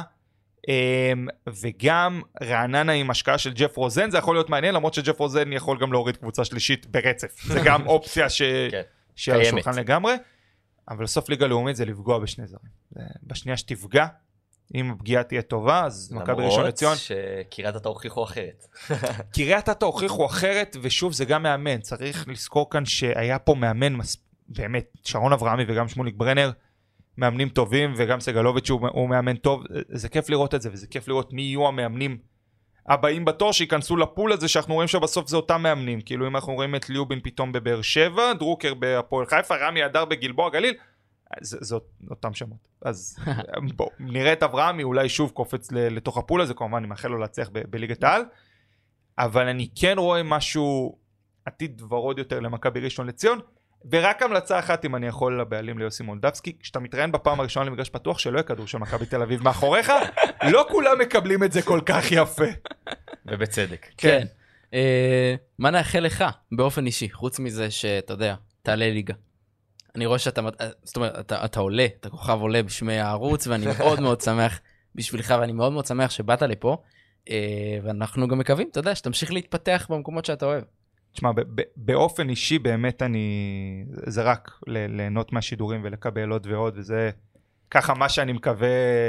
[SPEAKER 3] וגם רעננה עם השקעה של ג'ף רוזן, זה יכול להיות מעניין, למרות שג'ף רוזן יכול גם להוריד קבוצה שלישית ברצף. זה גם אופציה שעל השולחן לגמרי, אבל בסוף ליגה לאומית זה לפגוע בשני זרים. בשנייה שתפגע, אם הפגיעה תהיה טובה, אז מכבי ראשון לציון...
[SPEAKER 2] למרות שקריית אתא הוכיחו אחרת.
[SPEAKER 3] קריית אתא הוכיחו אחרת, ושוב זה גם מאמן. צריך לזכור כאן שהיה פה מאמן, באמת, שרון אברהמי וגם שמוליק ברנר, מאמנים טובים, וגם סגלוביץ' הוא מאמן טוב. זה כיף לראות את זה, וזה כיף לראות מי יהיו המאמנים הבאים בתור, שיכנסו לפול הזה, שאנחנו רואים שבסוף זה אותם מאמנים. כאילו אם אנחנו רואים את ליובין פתאום בבאר שבע, דרוקר בהפועל חיפה, רמי אדר בגלבוע גליל, זה אותם שמות. אז בואו, נראה את אברהמי, אולי שוב קופץ לתוך הפול הזה, כמובן אני מאחל לו להצליח בליגת העל, אבל אני כן רואה משהו עתיד ורוד יותר למכבי ראשון לציון, ורק המלצה אחת אם אני יכול לבעלים ליוסי מולדבסקי, כשאתה מתראיין בפעם הראשונה למגרש פתוח, שלא יקדור של מכבי תל אביב מאחוריך, לא כולם מקבלים את זה כל כך יפה.
[SPEAKER 2] ובצדק.
[SPEAKER 1] כן. מה נאחל לך באופן אישי, חוץ מזה שאתה יודע, תעלה ליגה. אני רואה שאתה, זאת אומרת, אתה עולה, אתה כוכב עולה בשמי הערוץ, ואני מאוד מאוד שמח בשבילך, ואני מאוד מאוד שמח שבאת לפה, ואנחנו גם מקווים, אתה יודע, שתמשיך להתפתח במקומות שאתה אוהב.
[SPEAKER 3] תשמע, באופן אישי באמת זה רק ליהנות מהשידורים ולקבל עוד ועוד, וזה ככה מה שאני מקווה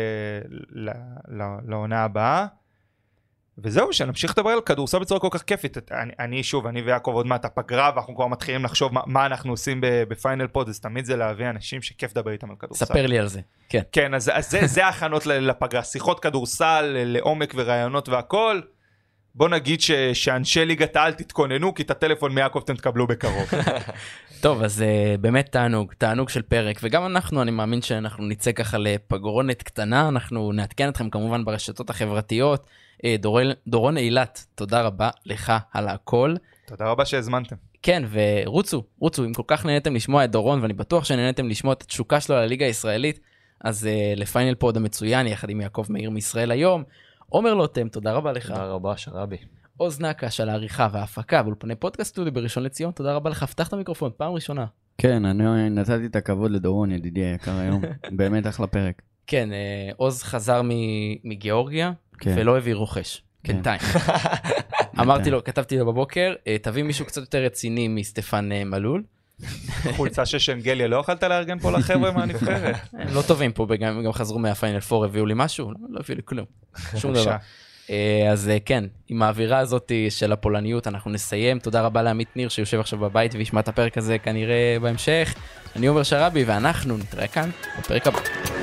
[SPEAKER 3] לעונה הבאה. וזהו, שנמשיך לדבר על כדורסל בצורה כל כך כיפית. אני ויעקב עוד מעט הפגרה, ואנחנו כבר מתחילים לחשוב מה אנחנו עושים בפיינל פוד, אז תמיד זה להביא אנשים שכיף לדבר איתם על כדורסל.
[SPEAKER 1] ספר לי על זה, כן.
[SPEAKER 3] כן, אז זה ההכנות לפגרה, שיחות כדורסל, לעומק ורעיונות והכל. בוא נגיד שאנשי ליגת העל תתכוננו, כי את הטלפון מיעקב אתם תקבלו בקרוב.
[SPEAKER 1] טוב, אז באמת תענוג של פרק, וגם אנחנו, אני מאמין שאנחנו נצא ככה לפגרונת קטנה, אנחנו נעדכן אתכם כמובן ברשתות החברתיות. דורון אילת, תודה רבה לך על הכל.
[SPEAKER 3] תודה רבה שהזמנתם.
[SPEAKER 1] כן, ורוצו, אם כל כך נהניתם לשמוע את דורון, ואני בטוח שנהניתם לשמוע את התשוקה שלו לליגה הישראלית, אז לפיינל פוד המצוין, יחד עם יעקב מאיר מישראל היום, עומר לוטם, תודה רבה לך.
[SPEAKER 2] תודה רבה, שרבי.
[SPEAKER 1] עוז נקש על העריכה וההפקה, ואולפני פודקאסט סטודיו בראשון לציון, תודה רבה לך, פתח את המיקרופון, פעם ראשונה.
[SPEAKER 4] כן, אני נתתי את הכבוד לדורון, ידידי היקר היום, באמת אחלה פרק.
[SPEAKER 1] כן, עוז חזר מגיאורגיה, ולא הביא רוכש, בינתיים. אמרתי לו, כתבתי לו בבוקר, תביא מישהו קצת יותר רציני מסטפן מלול.
[SPEAKER 3] חולצה ששנגליה, לא אכלת לארגן פה לחבר'ה מהנבחרת?
[SPEAKER 1] הם לא טובים פה, גם חזרו מהפיינל 4, הביאו לי משהו? לא הביאו לי כלום, שום דבר. אז כן, עם האווירה הזאת של הפולניות אנחנו נסיים. תודה רבה לעמית ניר שיושב עכשיו בבית וישמע את הפרק הזה כנראה בהמשך. אני עומר שרבי ואנחנו נתראה כאן בפרק הבא.